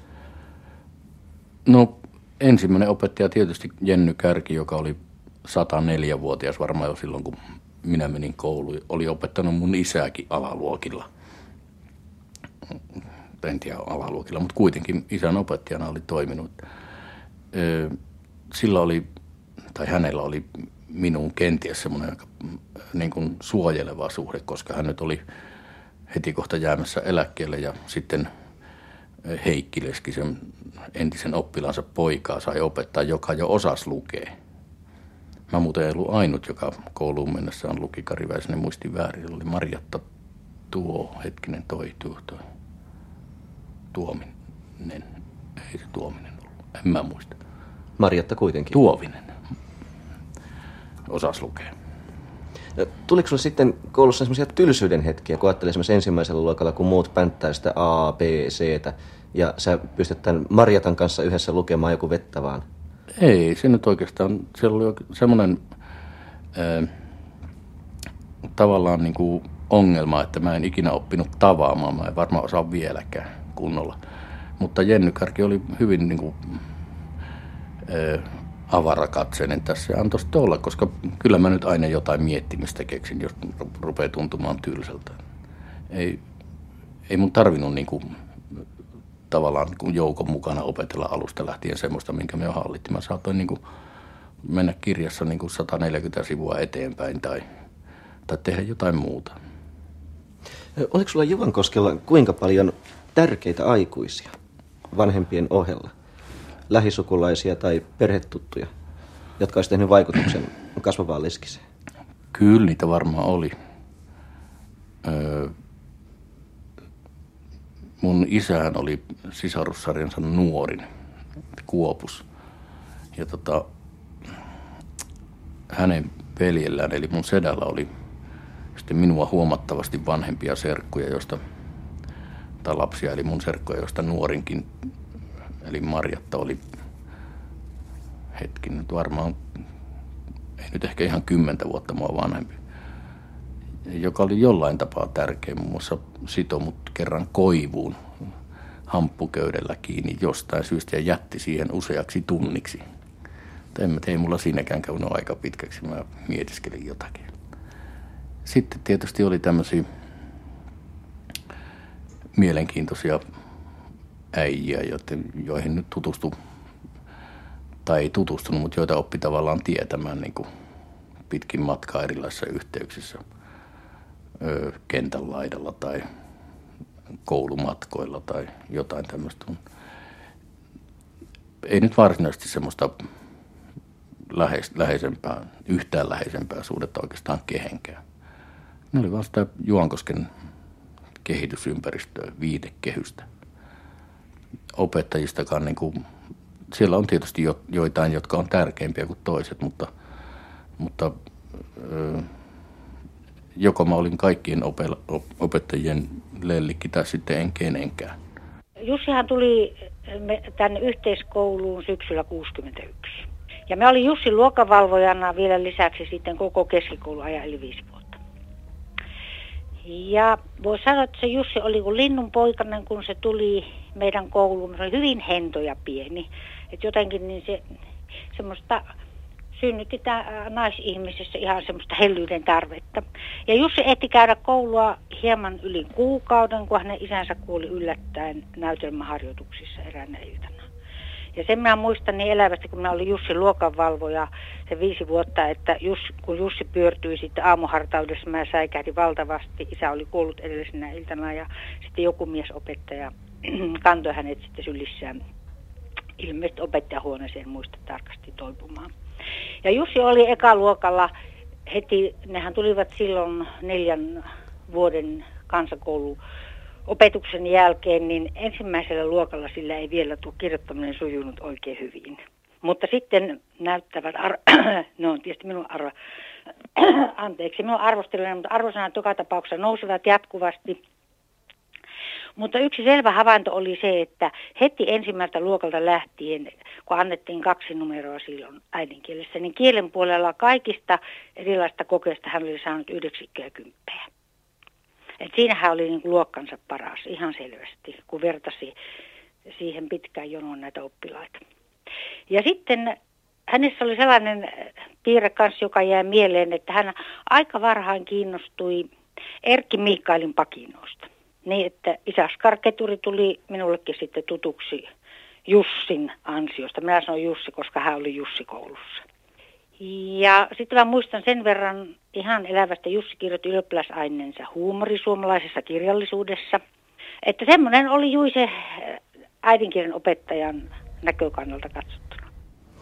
No ensimmäinen opettaja tietysti Jenny Kärki, joka oli sata neljä-vuotias varmaan jo silloin, kun minä menin kouluun. Oli opettanut mun isääkin alaluokilla. En tiedä alaluokilla, mutta kuitenkin isän opettajana oli toiminut. Sillä oli, tai hänellä oli minuun kenties semmoinen aika niin kuin suojeleva suhde, koska hän nyt oli heti kohta jäämässä eläkkeelle ja sitten Heikki Leskisen entisen oppilaansa poikaa sai opettaa, joka jo osasi lukea. Mä muuten ei ollut ainut, joka kouluun mennessään luki Kari Väisänen muistin väärin. Oli Marjatta tuo, hetkinen toi, tuo, toi. Tuominen. Ei se Tuominen ollut. En mä muista. Marjatta kuitenkin. Tuovinen. Osas lukea. Tuliko sinulle sitten koulussa semmoisia tylsyyden hetkiä, kun ajattelee esimerkiksi ensimmäisellä luokalla, kun muut pänttää sitä A, B, C:tä, ja sä pystyt tämän Marjatan kanssa yhdessä lukemaan joku vettä vaan? Ei, se nyt oikeastaan, siellä oli semmoinen äh, tavallaan niin kuin ongelma, että mä en ikinä oppinut tavaamaan, mä en varmaan osaa vieläkään kunnolla. Mutta Jenny Kärki oli hyvin niin kuin, äh, avarakatseinen tässä ja antoi sitten olla, koska kyllä mä nyt aina jotain miettimistä keksin, jos rupeaa tuntumaan tylsältä. Ei, ei mun tarvinnut niin kuin, tavallaan niin kuin joukon mukana opetella alusta lähtien semmoista, minkä me jo hallittiin. Mä saatoin niin kuin mennä kirjassa niin kuin sata neljäkymmentä sivua eteenpäin tai, tai tehdä jotain muuta. Oliko sulla Juankoskella kuinka paljon tärkeitä aikuisia vanhempien ohella? Lähisukulaisia tai perhetuttuja, jotka olisi tehnyt vaikutuksen kasvavaan Leskiseen? Kyllä niitä varmaan oli. Öö, mun isähän oli sisarussarjansa nuorin, Kuopus. Ja tota, hänen veljellään, eli mun sedällä oli sitten minua huomattavasti vanhempia serkkuja, joista, tai lapsia, eli mun serkkuja, joista nuorinkin, eli Marjatta oli hetki nyt varmaan, ei nyt ehkä ihan kymmentä vuotta mua vanhempi, joka oli jollain tapaa tärkeä. Muun muassa sitoi mut kerran koivuun hamppuköydellä kiinni jostain syystä ja jätti siihen useaksi tunniksi. En mä tee, mulla siinäkään käynyt aika pitkäksi, mä mietiskelin jotakin. Sitten tietysti oli tämmöisiä mielenkiintoisia äijiä, joihin nyt tutustui, tai ei tutustunut, mutta joita oppi tavallaan tietämään niin kuin pitkin matkaa erilaisissa yhteyksissä, öö, kentän laidalla tai koulumatkoilla tai jotain tämmöistä. Ei nyt varsinaisesti semmoista läheis, läheisempää, yhtään läheisempää suhdetta oikeastaan kehenkään. Ne oli vaan sitä Juankosken kehitysympäristöä, viitekehystä. Opettajistakaan, niin kuin, siellä on tietysti jo, joitain, jotka on tärkeimpiä kuin toiset, mutta, mutta ö, joko mä olin kaikkien opel, op, opettajien lellikki tai sitten en kenenkään. Jussihan tuli tänne yhteiskouluun syksyllä kuusikymmentäyksi. Ja me olin Jussin luokanvalvojana vielä lisäksi sitten koko keskikouluajan eli viisi vuotta. Ja voi sanoa, että se Jussi oli kuin linnunpoikainen, kun se tuli meidän kouluun. Se oli hyvin hento ja pieni. Että jotenkin niin se semmoista synnytti tää naisihmisessä ihan semmoista hellyyden tarvetta. Ja Jussi ehti käydä koulua hieman yli kuukauden, kun hänen isänsä kuoli yllättäen näytelmäharjoituksissa eräänä iltana. Ja sen minä muistan niin elävästi, kun minä olin Jussin luokanvalvoja se viisi vuotta, että Jussi, kun Jussi pyörtyi sitten aamuhartaudessa, mä säikähdin valtavasti. Isä oli kuollut edellisenä iltana ja sitten joku miesopettaja kantoi hänet sitten sylissään ilmeisesti opettajahuoneeseen, muista tarkasti toipumaan. Ja Jussi oli ekaluokalla heti, nehän tulivat silloin neljän vuoden kansakoulu opetuksen jälkeen, niin ensimmäisellä luokalla sillä ei vielä tuo kirjoittaminen sujunut oikein hyvin. Mutta sitten näyttävät, ar- no on tietysti minun arvo, anteeksi, minun arvosteluni, mutta arvosanat joka tapauksessa nousivat jatkuvasti. Mutta yksi selvä havainto oli se, että heti ensimmäistä luokalta lähtien, kun annettiin kaksi numeroa silloin äidinkielessä, niin kielen puolella kaikista erilaista kokeista hän oli saanut yhdeksikköä kymppejä. Et siinähän oli niin kuin luokkansa paras ihan selvästi, kun vertasi siihen pitkään jonoon näitä oppilaita. Ja sitten hänessä oli sellainen piirre kanssa, joka jää mieleen, että hän aika varhain kiinnostui Erkki Mikaelin pakinoista. Niin, että isä Skarketuri tuli minullekin sitten tutuksi Jussin ansiosta. Minä sanon Jussi, koska hän oli Jussi koulussa. Ja sitten mä muistan sen verran ihan elävästä, Jussi kirjoitti ylioppilasaineensa huumori suomalaisessa kirjallisuudessa. Että semmoinen oli juuri se äidinkielen opettajan näkökannalta katsottuna.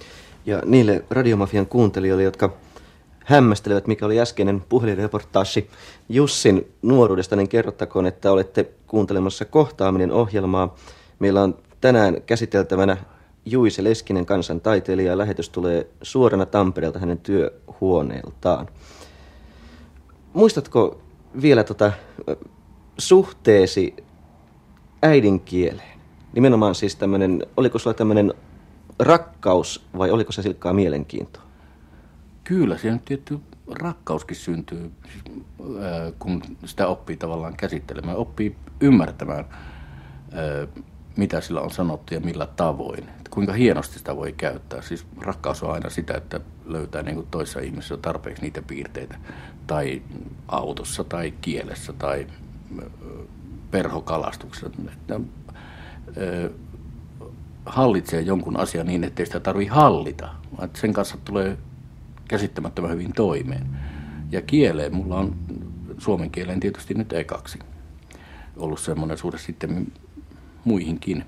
Ja niille Radiomafian kuuntelijoille, jotka hämmästelevät, mikä oli äskeinen puhelinreportaasi Jussin nuoruudesta, niin kerrottakoon, että olette kuuntelemassa Kohtaaminen -ohjelmaa. Meillä on tänään käsiteltävänä Juise Leskinen, kansantaiteilija, ja lähetys tulee suorana Tampereelta hänen työhuoneeltaan. Muistatko vielä tota suhteesi äidinkieleen? Nimenomaan siis tämmöinen, oliko sulla tämmöinen rakkaus vai oliko se silkkaa mielenkiintoa? Kyllä, siihen tietty rakkauskin syntyy, kun sitä oppii tavallaan käsittelemään. Oppii ymmärtämään, mitä sillä on sanottu ja millä tavoin. Että kuinka hienosti sitä voi käyttää. Siis rakkaus on aina sitä, että löytää niin kuin toisessa ihmisessä tarpeeksi niitä piirteitä. Tai autossa, tai kielessä, tai perhokalastuksessa. Että, ö, hallitsee jonkun asian niin, ettei sitä tarvitse hallita. Vaan sen kanssa tulee käsittämättömän hyvin toimeen. Ja kieleen, mulla on suomen kieleen tietysti nyt ekaksi ollut semmoinen suhde sitten muihinkin.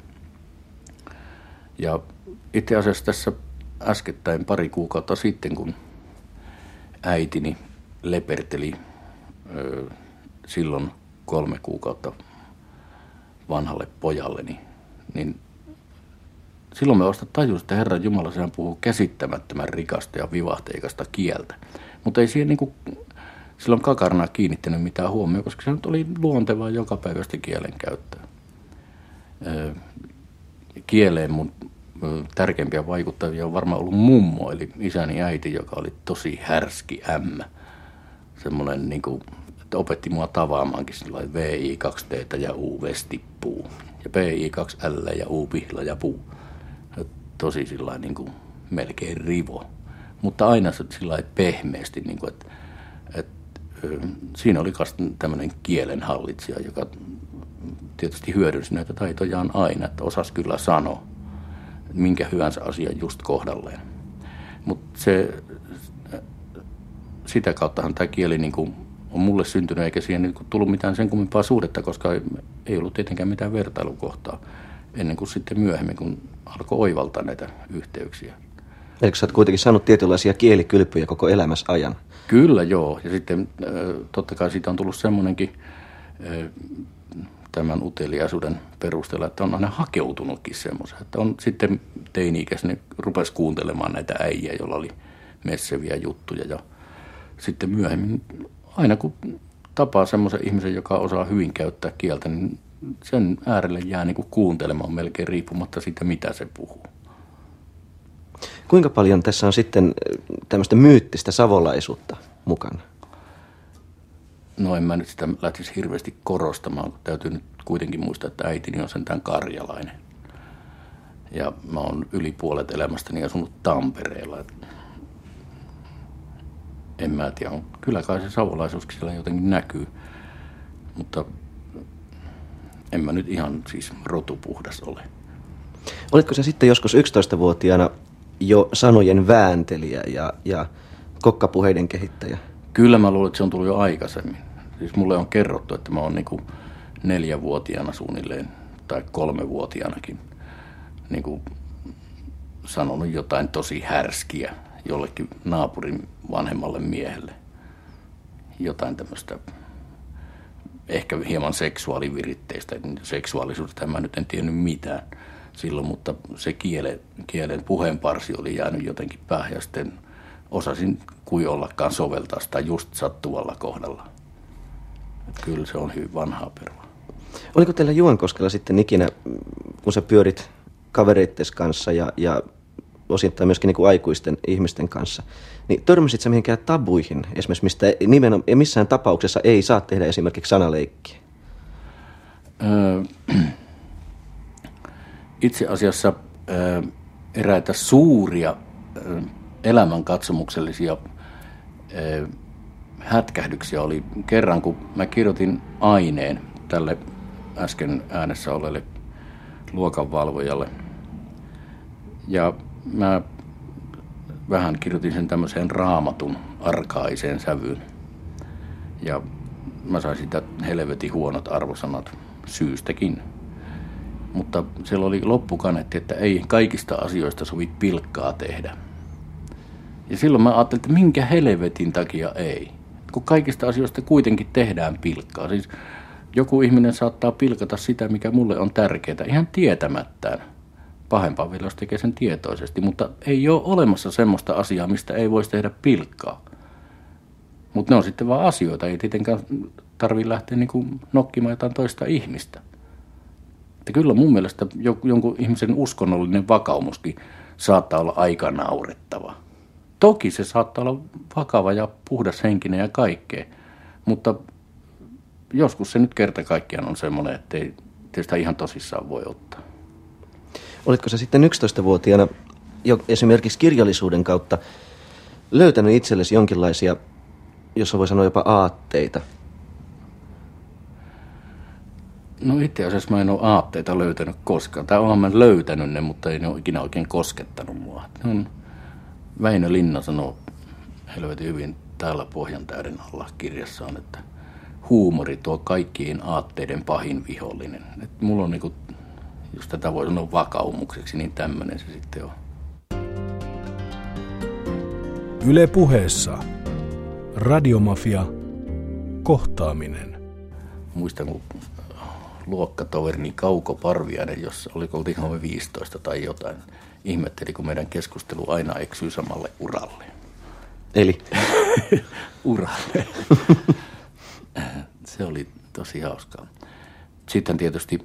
Ja itse asiassa tässä äskettäin pari kuukautta sitten, kun äitini leperteli ö, silloin kolme kuukautta vanhalle pojalleni, niin silloin me vasta tajusin, että Herran Jumala, sehän puhuu käsittämättömän rikasta ja vivahteikasta kieltä. Mutta ei siihen niin kuin silloin kakarana kiinnittänyt mitään huomioon, koska se nyt oli luontevaa jokapäiväistä kielenkäyttöä. Kieleen mun tärkeimpiä vaikuttajia on varmaan ollut mummo, eli isäni äiti, joka oli tosi härski ämmä. Semmoinen, niin kuin, että opetti mua tavaamaankin sellainen V I kaksi T ja U vestippuu. Ja P I kaksi L ja U pihla ja puu. Tosi sillain niin kuin melkein rivo. Mutta aina se sillain pehmeästi, niin kuin, että, että siinä oli myös tämmöinen kielenhallitsija, joka tietysti hyödynsi näitä taitojaan aina, että osasi kyllä sanoa minkä hyvänsä asian just kohdalleen. Mutta se, sitä kauttahan tämä kieli niin kuin on mulle syntynyt, eikä siihen niin kuin tullut mitään sen kummempaa suhdetta, koska ei, ei ollut tietenkään mitään vertailukohtaa ennen kuin sitten myöhemmin, kun alkoi oivaltaa näitä yhteyksiä. Eikö sä oot kuitenkin saanut tietynlaisia kielikylpyjä koko elämässä ajan? Kyllä, joo. Ja sitten totta kai siitä on tullut semmoinenkin tämän uteliaisuuden perusteella, että on aina hakeutunutkin semmoisen. Että on sitten teini-ikäisenä rupesi kuuntelemaan näitä äijä, joilla oli messeviä juttuja. Ja sitten myöhemmin, aina kun tapaa semmoisen ihmisen, joka osaa hyvin käyttää kieltä, niin sen äärelle jää niin kuin kuuntelemaan melkein riippumatta siitä, mitä se puhuu. Kuinka paljon tässä on sitten tämmöistä myyttistä savolaisuutta mukana? No en mä nyt sitä lähtisi hirveästi korostamaan, kun täytyy nyt kuitenkin muistaa, että äitini on sentään karjalainen. Ja mä oon yli puolet elämästäni asunut Tampereella. En mä tiedä, kyllä kai se savolaisuuskin siellä jotenkin näkyy, mutta en mä nyt ihan siis rotupuhdas ole. Olitko sä sitten joskus yksitoistavuotiaana jo sanojen vääntelijä ja, ja kokkapuheiden kehittäjä? Kyllä mä luulen, että se on tullut jo aikaisemmin. Siis mulle on kerrottu, että mä oon niinku neljävuotiaana suunnilleen tai kolmevuotiaanakin niinku sanonut jotain tosi härskiä jollekin naapurin vanhemmalle miehelle. Jotain tämmöistä ehkä hieman seksuaaliviritteistä. Seksuaalisuudesta mä nyt en tiennyt mitään silloin, mutta se kielen, kielen puheenparsi oli jäänyt jotenkin päähän ja sitten osasin kuin ollakaan soveltaa sitä just sattuvalla kohdalla. Että kyllä se on hyvin vanhaa perua. Oliko teillä Juankoskella sitten ikinä, kun sä pyörit kavereittes kanssa ja, ja osittain myöskin niin kuin aikuisten ihmisten kanssa, niin törmäsit sä mihinkään tabuihin, esimerkiksi mistä nimenomaan, missään tapauksessa ei saa tehdä esimerkiksi sanaleikkiä? Öö, itse asiassa öö, eräitä suuria öö, elämänkatsomuksellisia öö, hätkähdyksiä oli kerran, kun mä kirjoitin aineen tälle äsken äänessä olleelle luokanvalvojalle. Ja mä vähän kirjoitin sen tämmöiseen raamatun arkaiseen sävyyn. Ja mä sain sitä helvetin huonot arvosanat syystäkin. Mutta siellä oli loppukaneetti, että ei kaikista asioista sovi pilkkaa tehdä. Ja silloin mä ajattelin, että minkä helvetin takia ei. Kun kaikista asioista kuitenkin tehdään pilkkaa. Siis joku ihminen saattaa pilkata sitä, mikä mulle on tärkeää, ihan tietämättään. Pahempaa vielä, jos tekee sen tietoisesti, mutta ei ole olemassa semmoista asiaa, mistä ei voisi tehdä pilkkaa. Mutta ne on sitten vaan asioita, ei tietenkään tarvitse lähteä niinku nokkimaan jotain toista ihmistä. Että kyllä mun mielestä jonkun ihmisen uskonnollinen vakaumuskin saattaa olla aika naurettava. Toki se saattaa olla vakava ja puhdas henkinen ja kaikkea, mutta joskus se nyt kerta kaikkiaan on semmoinen, että ei sitä ihan tosissaan voi ottaa. Olitko sä sitten yksitoistavuotiaana jo esimerkiksi kirjallisuuden kautta löytänyt itsellesi jonkinlaisia, jos voi sanoa jopa aatteita? No itse asiassa mä en ole aatteita löytänyt koskaan. Tai olen mä löytänyt ne, mutta ei ne ole ikinä oikein koskettanut mua. Ne on, Väinö Linna sanoo helvetin hyvin täällä Pohjan täyden alla kirjassaan, että huumori tuo kaikkien aatteiden pahin vihollinen. Et mulla on niinku, jos tätä voi sanoa vakaumukseksi, niin tämmöinen se sitten on. Yle Puheessa Radiomafia kohtaaminen. Muistan, kun luokkatoverini Kauko Parviainen, jossa oli oltiin viisitoista tai jotain, ihmetteli, kun meidän keskustelu aina eksyy samalle uralle. Eli? Uralle. Se oli tosi hauskaa. Sitten tietysti,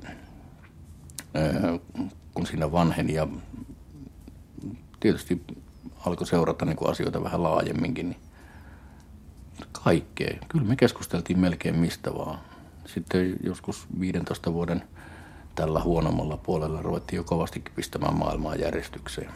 kun siinä vanheni ja tietysti alkoi seurata niin kuin asioita vähän laajemminkin, niin kaikkea. Kyllä me keskusteltiin melkein mistä vaan. Sitten joskus viidentoista vuoden tällä huonommalla puolella ruvettiin jo kovastikin pistämään maailmaa järjestykseen.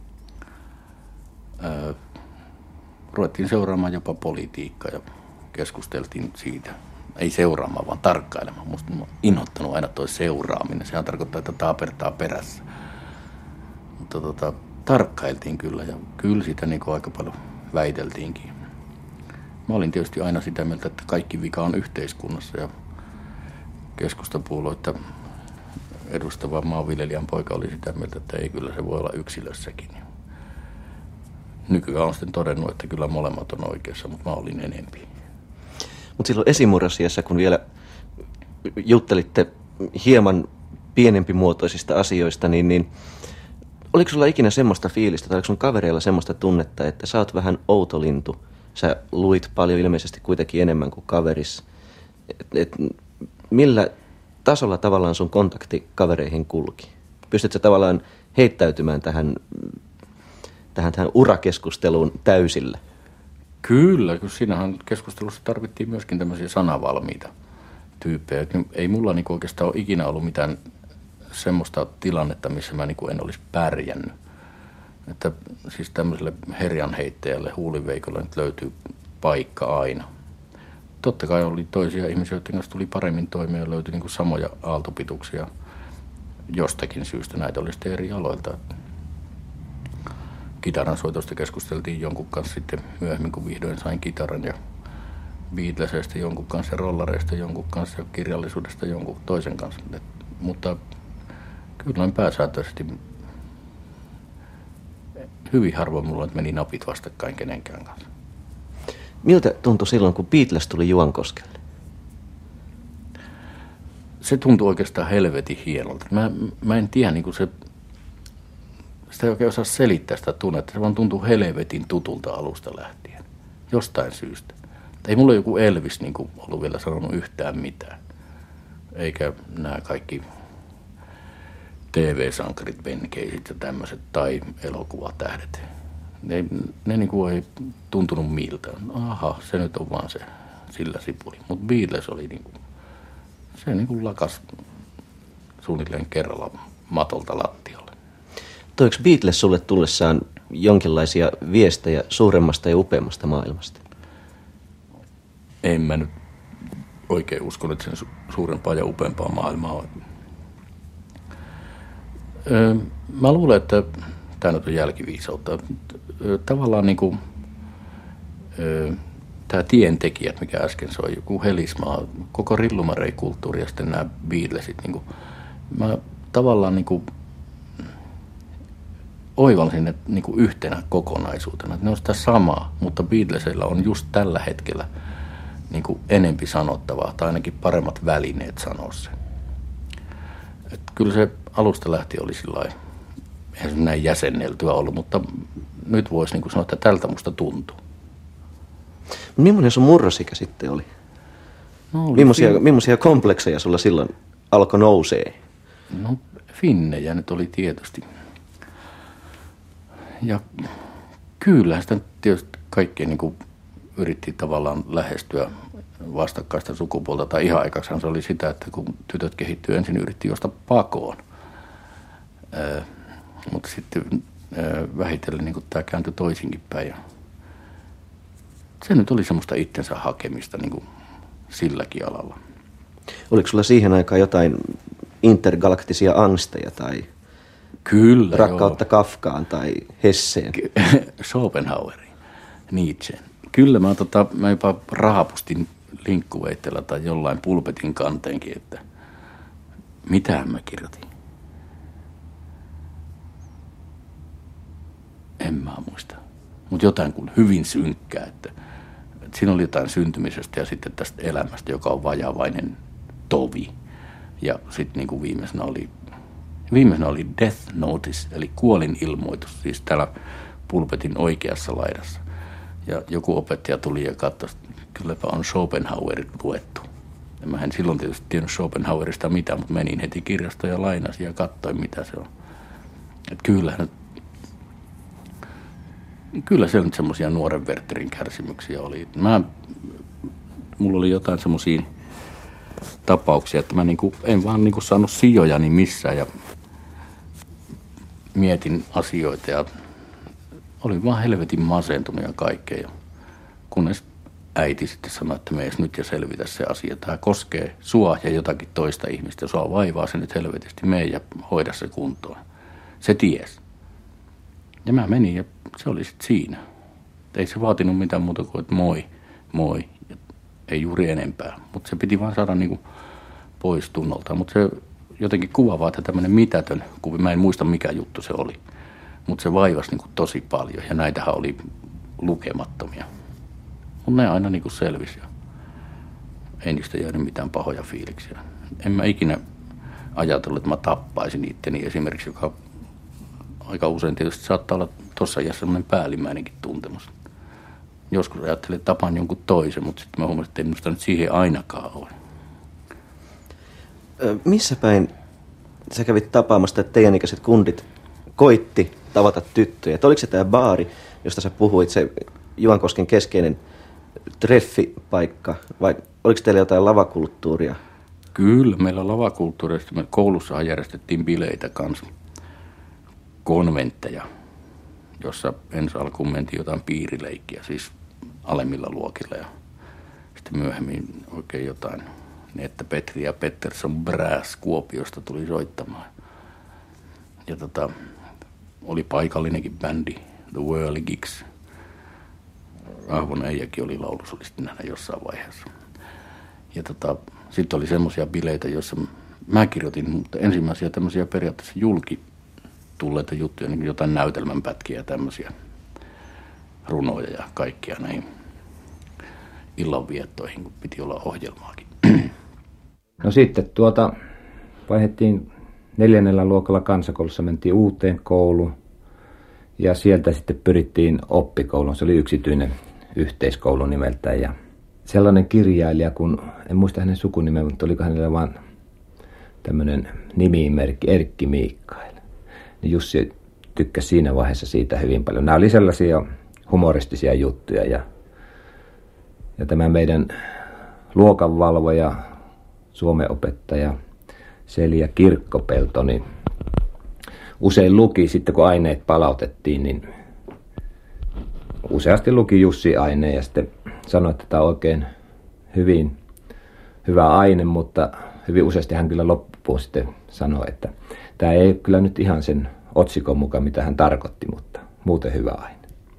Öö, ruvettiin seuraamaan jopa politiikkaa ja keskusteltiin siitä. Ei seuraamaan, vaan tarkkailemaan. Musta on inhottanut aina toi seuraaminen. Sehän tarkoittaa, että taapertaa perässä. Mutta tota, tarkkailtiin kyllä ja kyllä sitä niin kuin aika paljon väiteltiinkin. Mä olin tietysti aina sitä mieltä, että kaikki vika on yhteiskunnassa ja keskustapuolueita edustava maanviljelijän poika oli sitä mieltä, että ei, kyllä se voi olla yksilössäkin. Nykyään on sitten todennut, että kyllä molemmat on oikeassa, mutta mä olin enempi. Mutta silloin esimurrasiassa, kun vielä juttelitte hieman pienempimuotoisista asioista, niin, niin oliko sulla ikinä semmoista fiilistä, tai oliko sun kavereilla semmoista tunnetta, että sä oot vähän outo lintu? Sä luit paljon ilmeisesti kuitenkin enemmän kuin kaveris. Et, et, millä tasolla tavallaan sun kontakti kavereihin kulki? Pystytkö tavallaan heittäytymään tähän, tähän, tähän urakeskusteluun täysillä? Kyllä, kun siinähän keskustelussa tarvittiin myöskin tämmöisiä sanavalmiita tyyppejä. Ei mulla niinku oikeastaan ole ikinä ollut mitään semmoista tilannetta, missä mä niinku en olisi pärjännyt. Että siis tämmöiselle herjanheittäjälle, huuliveikolle nyt löytyy paikka aina. Totta kai oli toisia ihmisiä, joiden kanssa tuli paremmin toimia ja löytyi niinku samoja aaltopituksia jostakin syystä. Näitä oli sitten eri aloilta. Kitaran soitosta keskusteltiin jonkun kanssa sitten myöhemmin, kun vihdoin sain kitaran ja Beatlesista jonkun kanssa ja rollareista jonkun kanssa ja kirjallisuudesta jonkun toisen kanssa. Et, mutta kyllä noin pääsääntöisesti hyvin harvoin mulla meni napit vastakkain kenenkään kanssa. Miltä tuntui silloin, kun Beatles tuli Juankoskelle? Se tuntui oikeastaan helvetin hienolta. Mä, mä en tiedä, niin kuin se, sitä ei oikein osaa selittää sitä tunnetta. Se vaan tuntuu helvetin tutulta alusta lähtien. Jostain syystä. Ei mulla joku Elvis niin kuin ollut vielä sanonut yhtään mitään. Eikä nämä kaikki T V-sankarit, Ben Caseyt ja tämmöiset tai elokuvatähdet. Ne, ne niin kuin ei tuntunut miltä. Aha, se nyt on vaan se sillä sipuli. Mutta Beatles oli niin kuin, se niin kuin lakas suunnilleen kerralla matolta lattialle. Toiko Beatles sulle tullessaan jonkinlaisia viestejä suuremmasta ja upeammasta maailmasta? En mä nyt oikein uskon, että sen suurempaa ja upeampaa maailmaa on. Öö, mä luulen, että tämä nyt on jälkiviisautta. Tavallaan niin kuin öö, tämä tientekijät, mikä äsken soi, joku Helismaa, koko rillumarei-kulttuuri ja sitten nämä Beatlesit. Niin kuin, mä tavallaan niin kuin oivalsin ne niin kuin yhtenä kokonaisuutena. Että ne on sitä samaa, mutta Beatlesilla on just tällä hetkellä niin kuin enempi sanottavaa, tai ainakin paremmat välineet sanoa se. Et kyllä se alusta lähtien oli sillai, eihän se näin jäsenneltyä ollut, mutta nyt voisi niin kuin sanoa, että tältä musta tuntuu. Millainen sun murrosikä sitten oli? No, oli millaisia, fin... millaisia komplekseja sulla silloin alkoi nousee? No finnejä nyt oli tietysti. Ja kyllä sitä tietysti kaikkea niin kuin yritti tavallaan lähestyä vastakkaista sukupuolta. Tai ihan aikaksaan se oli sitä, että kun tytöt kehittyy ensin, yritti juosta pakoon. Öö, mutta sitten öö, vähitellen niin tämä kääntyi toisinkin päin. Ja se nyt oli semmoista itsensä hakemista niin kuin silläkin alalla. Oliko sulla siihen aikaan jotain intergalaktisia angsteja tai kyllä, rakkautta joo. Kafkaan tai Hesseen? Schopenhaueriin, Nietzscheen. Kyllä mä, tota, mä jopa raapustin linkkuveitteellä tai jollain pulpetin kanteenkin, että mitähän mä kirjoitin. En mä muista. Mutta jotain kuin hyvin synkkää, että, että siinä oli jotain syntymisestä ja sitten tästä elämästä, joka on vajavainen tovi. Ja sitten niin kuin viimeisenä oli, viimeisenä oli death notice, eli kuolinilmoitus, siis täällä pulpetin oikeassa laidassa. Ja joku opettaja tuli ja katsoi, että kylläpä on Schopenhauerit luettu. Ja mä en silloin tietysti tiennyt Schopenhauerista mitään, mutta menin heti kirjastoon ja lainasin ja katsoin, mitä se on. Että kyllähän Kyllä se nyt semmoisia nuoren Wertherin kärsimyksiä oli. Mä, mulla oli jotain semmoisia tapauksia, että mä niinku, en vaan niinku saanut sijojani missään ja mietin asioita ja olin vaan helvetin masentunut ja kaikkea. Ja kunnes äiti sitten sanoi, että mees nyt ja selvitä se asia. Tämä koskee sua ja jotakin toista ihmistä. Sua vaivaa se nyt helvetisti mene ja hoida se kuntoon. Se ties. Ja mä menin ja se oli sitten siinä. Ei se vaatinut mitään muuta kuin, että moi, moi. Ja ei juuri enempää. Mutta se piti vaan saada niinku pois tunnolta. Mutta se jotenkin kuvaavaa, että tämmöinen mitätön, kun mä en muista mikä juttu se oli. Mutta se vaivasi niinku tosi paljon ja näitähän oli lukemattomia. Mutta ne aina niinku selvisi. Ei niistä jäänyt mitään pahoja fiiliksiä. En mä ikinä ajatellut, että mä tappaisin itteni esimerkiksi, joka aika usein tietysti saattaa olla tuossa iässä semmoinen päällimmäinenkin tuntemus. Joskus ajattelin, että tapaan jonkun toisen, mutta sitten mä huomasin, että ei minusta nyt siihen ainakaan ole. Missä päin sä kävit tapaamassa, että teidän ikäiset kundit koitti tavata tyttöjä? Et oliko se tämä baari, josta sä puhuit, se Juankosken keskeinen treffipaikka, vai oliko teillä jotain lavakulttuuria? Kyllä, meillä lavakulttuurista. Me koulussahan järjestettiin bileitä kanssa, konventteja, jossa ensi alkuun mentiin jotain piirileikkiä, siis alemmilla luokilla ja sitten myöhemmin oikein jotain, niin että Petri ja Pettersson Brass Kuopiosta tuli soittamaan. Ja tota, oli paikallinenkin bändi, The Whirligigs. Ahvon äijäkin oli laulusolistinä jossain vaiheessa. Ja tota, sitten oli semmoisia bileitä, joissa mä kirjoitin mutta ensimmäisiä tämmöisiä periaatteessa julki tulleita juttuja, niin jotain näytelmänpätkiä ja tämmöisiä runoja ja kaikkia näihin illanviettoihin, kun piti olla ohjelmaakin. No sitten tuota, vaihdettiin neljännellä luokalla kansakoulussa, mentiin uuteen kouluun ja sieltä sitten pyrittiin oppikouluun. Se oli yksityinen yhteiskoulu nimeltään ja sellainen kirjailija, kun en muista hänen sukunimeä, mutta oliko hänellä vaan tämmöinen nimimerkki Erkki Miikkael. Niin Jussi tykkäsi siinä vaiheessa siitä hyvin paljon. Nämä oli sellaisia humoristisia juttuja ja, ja tämä meidän luokanvalvoja, Suomen opettaja Selja Kirkkopelto, niin usein luki sitten kun aineet palautettiin, niin useasti luki Jussi aineen ja sitten sanoi, että tämä on oikein hyvin hyvä aine, mutta hyvin useasti hän kyllä loppuun sitten sanoi, että tämä ei kyllä nyt ihan sen otsikon mukaan, mitä hän tarkoitti, mutta muuten hyvä aine.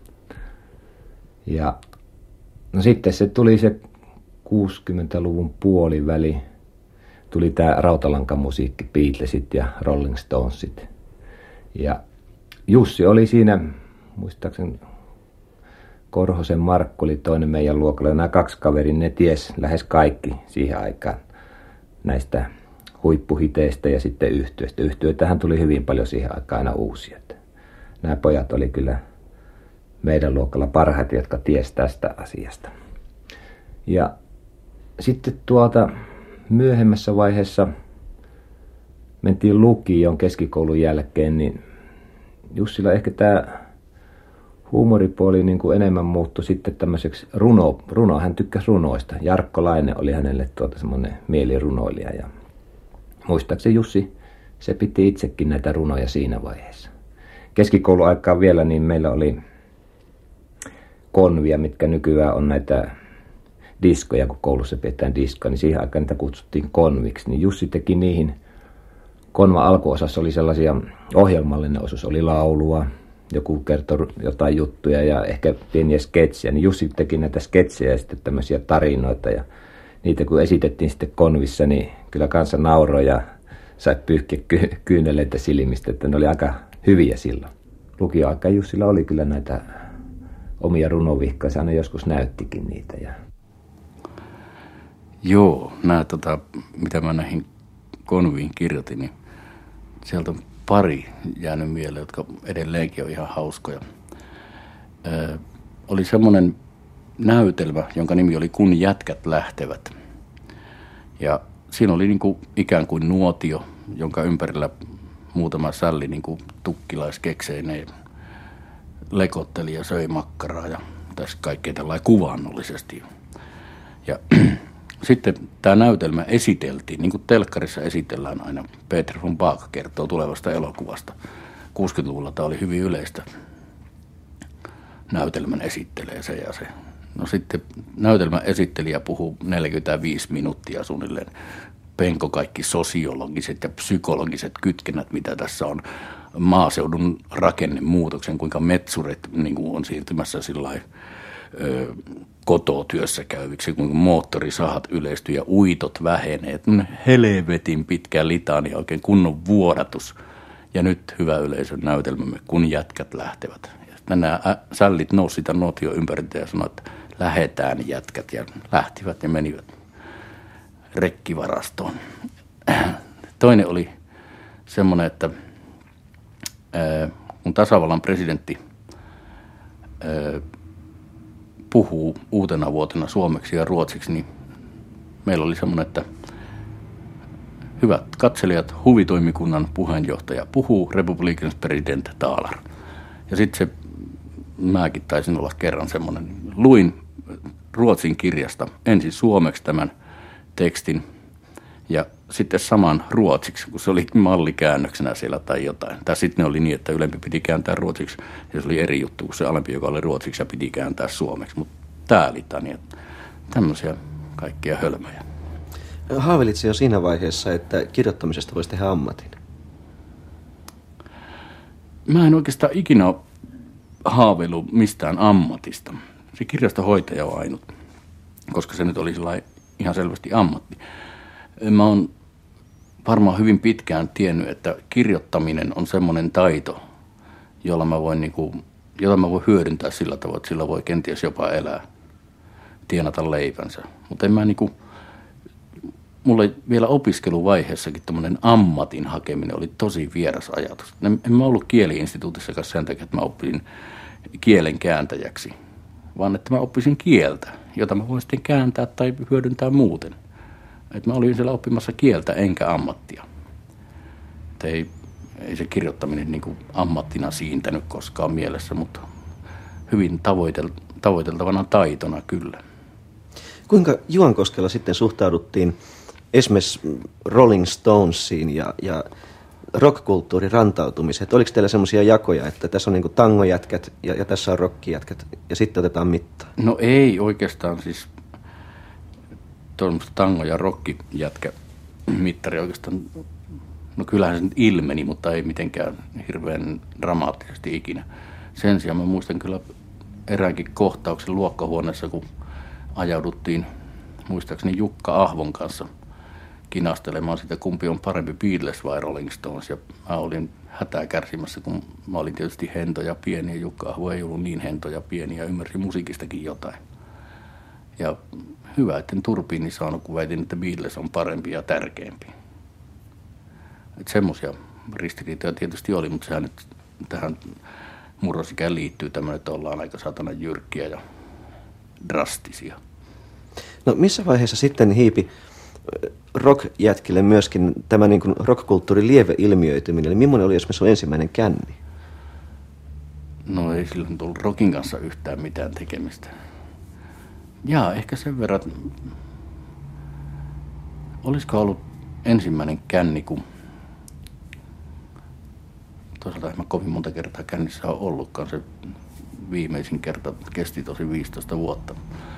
Ja no sitten se tuli se kuusikymmentäluvun puoliväli, tuli tämä rautalankamusiikki, Beatlesit ja Rolling Stonesit. Ja Jussi oli siinä, muistaakseni Korhosen Markku oli toinen meidän luokalla. Nämä kaksi kaverin, ne ties lähes kaikki siihen aikaan näistä huippuhiteistä ja sitten yhtyeistä. Yhtyetähän tuli hyvin paljon siihen aikaan aina uusia. Nämä pojat oli kyllä meidän luokalla parhaita, jotka ties tästä asiasta. Ja sitten tuolta myöhemmässä vaiheessa mentiin lukioon keskikoulun jälkeen, niin Jussilla ehkä tämä huumoripuoli niin kuin enemmän muuttui sitten tämmöiseksi runo, runo. Hän tykkäsi runoista. Jarkko Laine oli hänelle tuota semmoinen mielirunoilija. Ja muistaakseni Jussi, se piti itsekin näitä runoja siinä vaiheessa. Keskikouluaikaan vielä niin meillä oli konvia, mitkä nykyään on näitä diskoja, kun koulussa pidetään diskoa, niin siihen aikaan niitä kutsuttiin konviksi. Niin Jussi teki niihin, konva alkuosassa oli sellaisia, ohjelmallinen osuus oli laulua, joku kertoi jotain juttuja ja ehkä pieniä sketsejä, niin Jussi teki näitä sketsejä ja sitten tämmöisiä tarinoita ja niitä kun esitettiin sitten konvissa, niin kyllä kanssa nauroi ja sai pyyhkiä ky- kyyneleitä silmistä, että ne oli aika hyviä silloin. Lukioaikaan Jussilla oli kyllä näitä omia runovihkoja, se aina joskus näyttikin niitä. Ja... Joo, nämä, tota, mitä mä näihin konviin kirjoitin, niin sieltä on pari jäänyt mieleen, jotka edelleenkin on ihan hauskoja. Ö, oli semmoinen näytelmä, jonka nimi oli Kun jätkät lähtevät. Ja siinä oli niin kuin ikään kuin nuotio, jonka ympärillä muutama sälli niin kuin tukkilaiskekseinen lekotteli ja söi makkaraa ja tässä kaikkea tällainen kuvaannollisesti. Ja sitten tämä näytelmä esiteltiin, niin kuin telkkarissa esitellään aina. Peter von Baak kertoo tulevasta elokuvasta. kuusikymmentäluvulla tämä oli hyvin yleistä. Näytelmän esittelee se ja se. No sitten näytelmän esittelijä puhuu neljäkymmentäviisi minuuttia suunnilleen. Penko kaikki sosiologiset ja psykologiset kytkennät, mitä tässä on. Maaseudun rakennemuutoksen, kuinka metsurit niin kuin on siirtymässä sillain, ö, kotoa työssä käyviksi, kuinka moottorisahat yleistyy ja uitot vähenee. Helvetin pitkä litania, oikein kunnon vuodatus. Ja nyt hyvä yleisön näytelmämme, Kun jätkät lähtevät. Ja sitten nämä sällit nousi sitä nuotio ympäriltä ja sanoi, että lähetään jätkät. Ja lähtivät ja menivät rekkivarastoon. Toinen oli semmoinen, että kun tasavallan presidentti puhuu uutena vuotena suomeksi ja ruotsiksi, niin meillä oli semmoinen, että hyvät katselijat, huvitoimikunnan puheenjohtaja puhuu republikans president Taalar. Ja sitten se, mäkin taisin olla kerran semmoinen, luin Ruotsin kirjasta ensin suomeksi tämän tekstin ja sitten saman ruotsiksi, kun se oli mallikäännöksenä siellä tai jotain. Tai sitten ne oli niin, että ylempi piti kääntää ruotsiksi ja se oli eri juttu kuin se alempi, joka oli ruotsiksi ja piti kääntää suomeksi. Mutta tää litania, tämmöisiä kaikkia hölmöjä. Haavelitse jo siinä vaiheessa, että kirjoittamisesta voisi tehdä ammatin? Mä en oikeastaan ikinä ole haaveillut mistään ammatista. Se kirjastohoitaja on ainut, koska se nyt oli ihan selvästi ammatti. Mä oon varmaan hyvin pitkään tiennyt, että kirjoittaminen on semmoinen taito, jolla mä voin, niinku, jota mä voin hyödyntää sillä tavalla, että sillä voi kenties jopa elää, tienata leipänsä. Mutta en mä niinku, mulle vielä opiskeluvaiheessakin tämmöinen ammatin hakeminen oli tosi vieras ajatus. En, en mä ollut kieli-instituutissakaan sen takia, että mä oppin kielen kääntäjäksi, vaan että mä oppisin kieltä, jota mä voin sitten kääntää tai hyödyntää muuten. Että mä olin siellä oppimassa kieltä enkä ammattia. Ei, ei se kirjoittaminen niin kuin ammattina siintänyt koskaan mielessä, mutta hyvin tavoitel, tavoiteltavana taitona kyllä. Kuinka Juankoskella sitten suhtauduttiin esimerkiksi Rolling Stonesiin ja, ja rockkulttuurin rantautumiseen? Oliko teillä semmoisia jakoja, että tässä on niin kuin tangojätkät ja, ja tässä on rockijätkät ja sitten otetaan mittaa? No ei oikeastaan siis. Tuollaista tango- ja rockijätkä mittari oikeastaan, no kyllähän se nyt ilmeni, mutta ei mitenkään hirveän dramaattisesti ikinä. Sen sijaan mä muistan kyllä eräänkin kohtauksen luokkahuoneessa, kun ajauduttiin muistaakseni Jukka Ahvon kanssa kinastelemaan sitä, kumpi on parempi, Beatles vai Rolling Stones. Ja mä olin hätää kärsimässä, kun mä olin tietysti hento ja pieni, ja Jukka Aho ei ollut niin hento ja pieni, ja ymmärsi musiikistakin jotain. Ja hyvä, etten turpiini saanut, kun väitin, että Beatles on parempi ja tärkeämpi. Että semmoisia ristiriitoja tietysti oli, mutta sehän nyt tähän murrosikään liittyy tämmöinen, että ollaan aika satana jyrkkiä ja drastisia. No missä vaiheessa sitten hiipi rock-jätkille myöskin tämä niin kuin rock-kulttuurin lieveilmiöityminen? Eli millainen oli esimerkiksi ensimmäinen känni? No ei sillä tullut rockin kanssa yhtään mitään tekemistä. Jaa, ehkä sen verran, olisiko ollut ensimmäinen känni, kun toisaalta en mä kovin monta kertaa kännissä ole ollutkaan. Se viimeisin kerta kesti tosi viisitoista vuotta.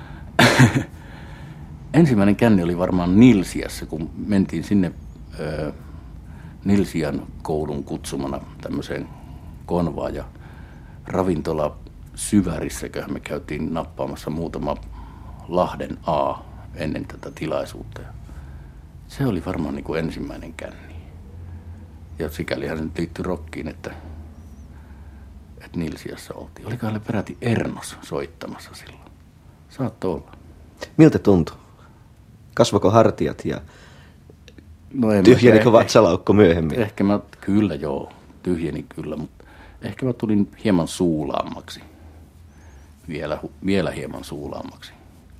Ensimmäinen känni oli varmaan Nilsiässä, kun mentiin sinne ö, Nilsiän koulun kutsumana tämmöiseen konvaan ja ravintola Syvärissäköhän me käytiin nappaamassa muutama Lahden A ennen tätä tilaisuutta. Se oli varmaan niin kuin ensimmäinen känni. Ja sikälihän se nyt liittyi rockiin, että, että Nilsiässä oltiin. Olikohan ne peräti Ernos soittamassa silloin? Saattoi olla. Miltä tuntui? Kasvako hartiat ja no tyhjenikö vatsalaukko myöhemmin? Ehkä mä, kyllä joo, tyhjeni kyllä, mutta ehkä mä tulin hieman suulaammaksi. Vielä, vielä hieman suulaammaksi.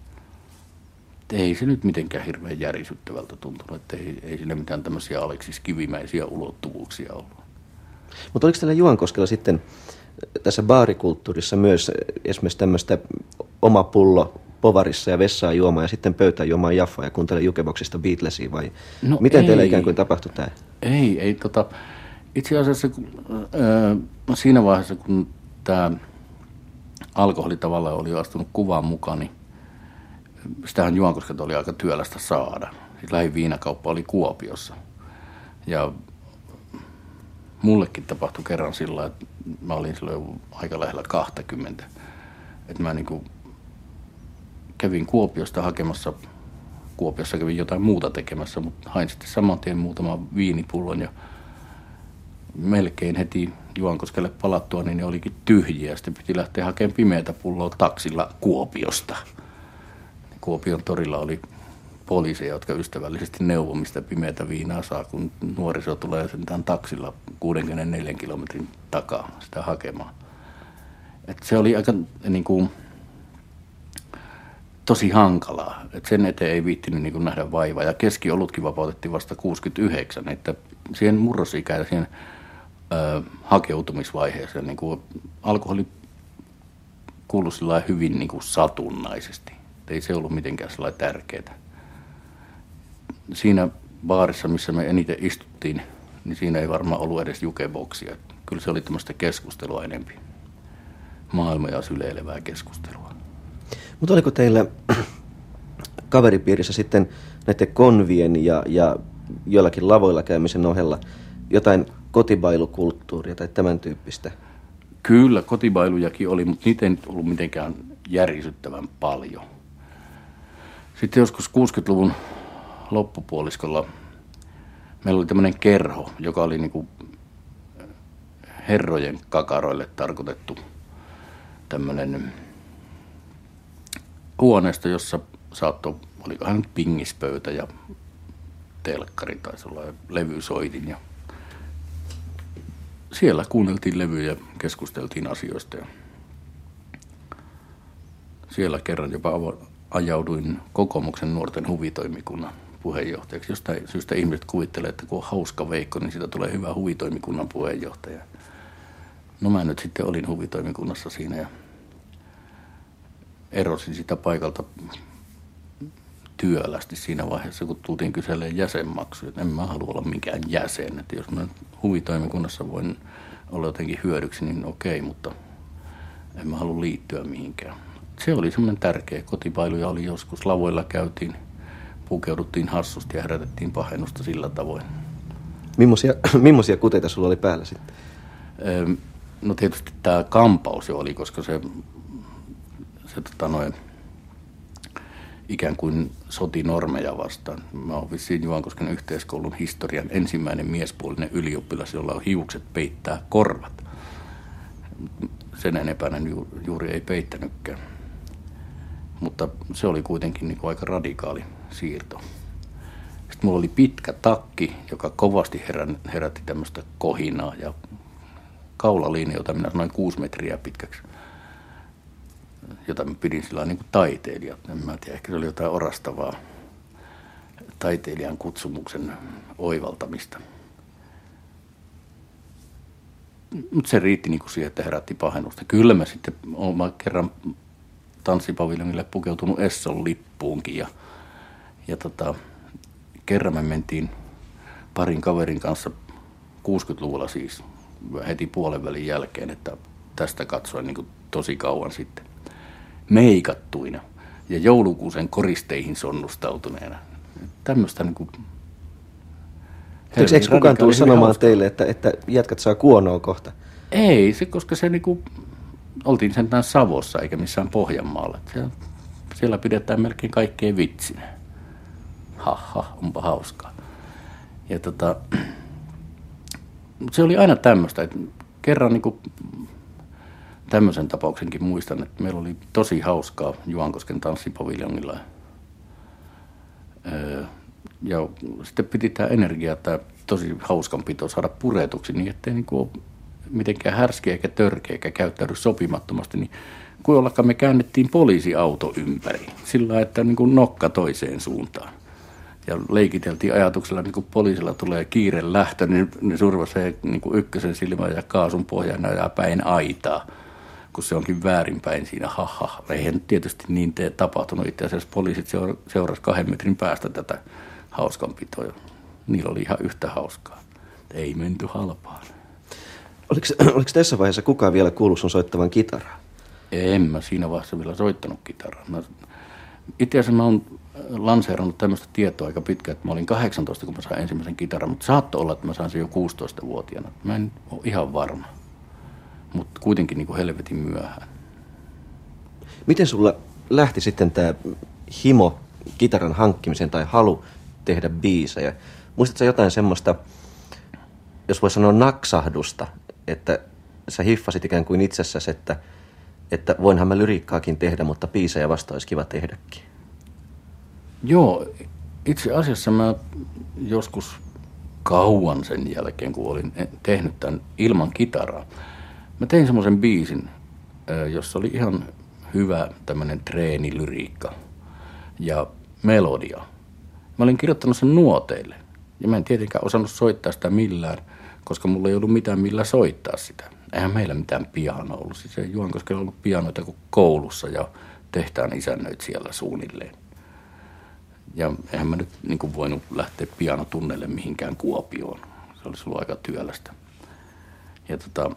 Ei se nyt mitenkään hirveän järisyttävältä tuntunut, että ei, ei sille mitään tämmöisiä Aleksis Kivimäisiä ulottuvuuksia ollut. Mutta oliko teillä Juankoskella sitten tässä baarikulttuurissa myös esimerkiksi tämmöistä oma pullo povarissa ja vessaa juomaan ja sitten pöytään juomaan jaffaa ja kuuntelemaan jukeboksista Beatlesia vai no miten ei, teillä ikään kuin tapahtui tämä? Ei, ei tota, itse asiassa äh, siinä vaiheessa kun tämä alkoholi tavallaan oli astunut kuvaan mukaan, niin sitähän Juankoskelta oli aika työlästä saada. Siis lähin viinakauppa oli Kuopiossa. Ja mullekin tapahtui kerran sillä, että mä olin silloin aika lähellä kaksikymmentä. Että mä niinku kävin Kuopiosta hakemassa, Kuopiossa kävin jotain muuta tekemässä, mutta hain sitten saman tien muutaman viinipullon ja melkein heti Juankoskelle palattua, niin ne olikin tyhjiä. Sitten piti lähteä hakemaan pimeätä pulloa taksilla Kuopiosta. Kuopion torilla oli poliiseja, jotka ystävällisesti neuvoi, mistä pimeätä viinaa saa, kun nuoriso tulee sentään taksilla kuusikymmentäneljä kilometrin takaa sitä hakemaan. Et se oli aika niin kuin, tosi hankalaa, että sen eteen ei viittinyt niin kuin nähdä vaivaa. Ja keskiolutkin vapautettiin vasta kuusikymmentäyhdeksän, että siihen murrosikään ja siihen ö, hakeutumisvaiheeseen niin kuin alkoholi kuului sillä hyvin niin kuin satunnaisesti. Ei se ollut mitenkään sellainen tärkeää. Siinä baarissa, missä me eniten istuttiin, niin siinä ei varmaan ollut edes jukeboksia. Kyllä se oli tämmöistä keskustelua enempi. Maailmaa syleilevää keskustelua. Mutta oliko teillä kaveripiirissä sitten näiden konvien ja, ja joillakin lavoilla käymisen ohella jotain kotibailukulttuuria tai tämän tyyppistä? Kyllä, kotibailujakin oli, mutta niitä ei nyt ollut mitenkään järisyttävän paljon. Sitten joskus kuusikymmentäluvun loppupuoliskolla meillä oli tämmöinen kerho, joka oli niinku herrojen kakaroille tarkoitettu tämmöinen huoneisto, jossa saattoi, olikohan nyt pingispöytä ja telkkari taisi olla ja levysoitin. Ja siellä kuunneltiin levyjä ja keskusteltiin asioista. Ja siellä kerran jopa ajauduin kokoomuksen nuorten huvitoimikunnan puheenjohtajaksi. Jostain syystä ihmiset kuvittelee, että kun on hauska Veikko, niin siitä tulee hyvä huvitoimikunnan puheenjohtaja. No mä nyt sitten olin huvitoimikunnassa siinä ja erosin sitä paikalta työlästi siinä vaiheessa, kun tultiin kyselemään jäsenmaksuja. En mä halua olla mikään jäsen. Että jos mä huvitoimikunnassa voin olla jotenkin hyödyksi, niin okei, mutta en mä halua liittyä mihinkään. Se oli semmoinen tärkeä. Kotipailuja oli joskus, lavoilla käytiin, pukeuduttiin hassusti ja herätettiin pahennusta sillä tavoin. Mimmoisia, mimmoisia kuteita sulla oli päällä sitten? No tietysti tämä kampaus jo oli, koska se, se tota noin, ikään kuin soti normeja vastaan. Mä oon vissiin Juankosken yhteiskoulun historian ensimmäinen miespuolinen ylioppilas, jolla on hiukset peittää korvat. Sen enempänä juuri ei peittänytkään. Mutta se oli kuitenkin niin kuin aika radikaali siirto. Sitten mulla oli pitkä takki, joka kovasti herätti tämmöistä kohinaa ja kaulaliini, jota minä sanoin kuusi metriä pitkäksi, jota mä pidin sillä niin kuin taiteilija. En mä tiedä, ehkä se oli jotain orastavaa taiteilijan kutsumuksen oivaltamista. Mutta se riitti niin kuin siihen, että herätti pahennusta. Kyllä mä sitten olen kerran tanssipaviljongille pukeutunut Esson lippuunkin ja, ja tota, kerran me mentiin parin kaverin kanssa kuusikymmentäluvulla siis heti puolen välin jälkeen, että tästä katsoen niin kuin tosi kauan sitten meikattuina ja joulukuusen koristeihin sonnustautuneena. Tämmöistä niin kuin... Eikö, eikö kukaan tullut sanomaan hauska teille, että, että jätkät saa kuonoa kohta? Ei, se, koska se niin kuin, oltiin sentään Savossa eikä missään Pohjanmaalla. Siellä, siellä pidetään melkein kaikkea vitsinä. Haha, onpa hauskaa. Ja tota, se oli aina tämmöistä, että kerran niin kuin tämmöisen tapauksenkin muistan, että meillä oli tosi hauskaa Juankosken tanssipaviljongilla. Öö, ja sitten piti tämä energia, tämä tosi hauskanpito saada puretuksi niin, ettei niin kuin ole mitenkään härskiä eikä törkeä eikä käyttäydy sopimattomasti. Niin kuin ollakaan me käännettiin poliisiauto ympäri sillä, että niin kuin nokka toiseen suuntaan. Ja leikiteltiin ajatuksella, niin kun poliisilla tulee kiire lähtö, niin ne survasee niin kuin ykkösen silmän ja kaasun pohjana ja päin aitaa, kun se onkin väärinpäin siinä. Haha, eihän nyt tietysti niin tee tapahtunut. Itse asiassa poliisit seurasi kahden metrin päästä tätä hauskanpitoa. Niillä oli ihan yhtä hauskaa. Ei menty halpaan. Oliko, oliko tässä vaiheessa kukaan vielä kuullut sun soittavan kitaraa? En mä siinä vaiheessa vielä soittanut kitaraa. Mä, itse asiassa mä oon lanseerannut tämmöistä tietoa aika pitkään, että mä olin kahdeksantoista, kun mä sain ensimmäisen kitaran, mutta saattoi olla, että mä sain sen jo kuusitoistavuotiaana. Mä en ole ihan varma, mutta kuitenkin niin kuin helvetin myöhään. Miten sulla lähti sitten tämä himo kitaran hankkimiseen tai halu tehdä biisejä? Muistatko jotain semmoista, jos voi sanoa naksahdusta, että sä hiffasit ikään kuin itsessäsi, että, että voinhan mä lyriikkaakin tehdä, mutta biisejä vasta olisi kiva tehdäkin? Joo, itse asiassa mä joskus kauan sen jälkeen, kun olin tehnyt tämän ilman kitaraa, mä tein semmoisen biisin, jossa oli ihan hyvä tämmöinen treenilyriikka ja melodia. Mä olin kirjoittanut sen nuoteille ja mä en tietenkään osannut soittaa sitä millään, koska mulla ei ollut mitään millä soittaa sitä. Eihän meillä mitään pianoa ollut. Siis ei Juankoskella ollut pianoita kuin koulussa ja tehtaan isännöit siellä suunnilleen. Ja eihän mä nyt niin kuin voinut lähteä pianotunnelle mihinkään Kuopioon. Se olisi ollut aika työlästä. Ja tota,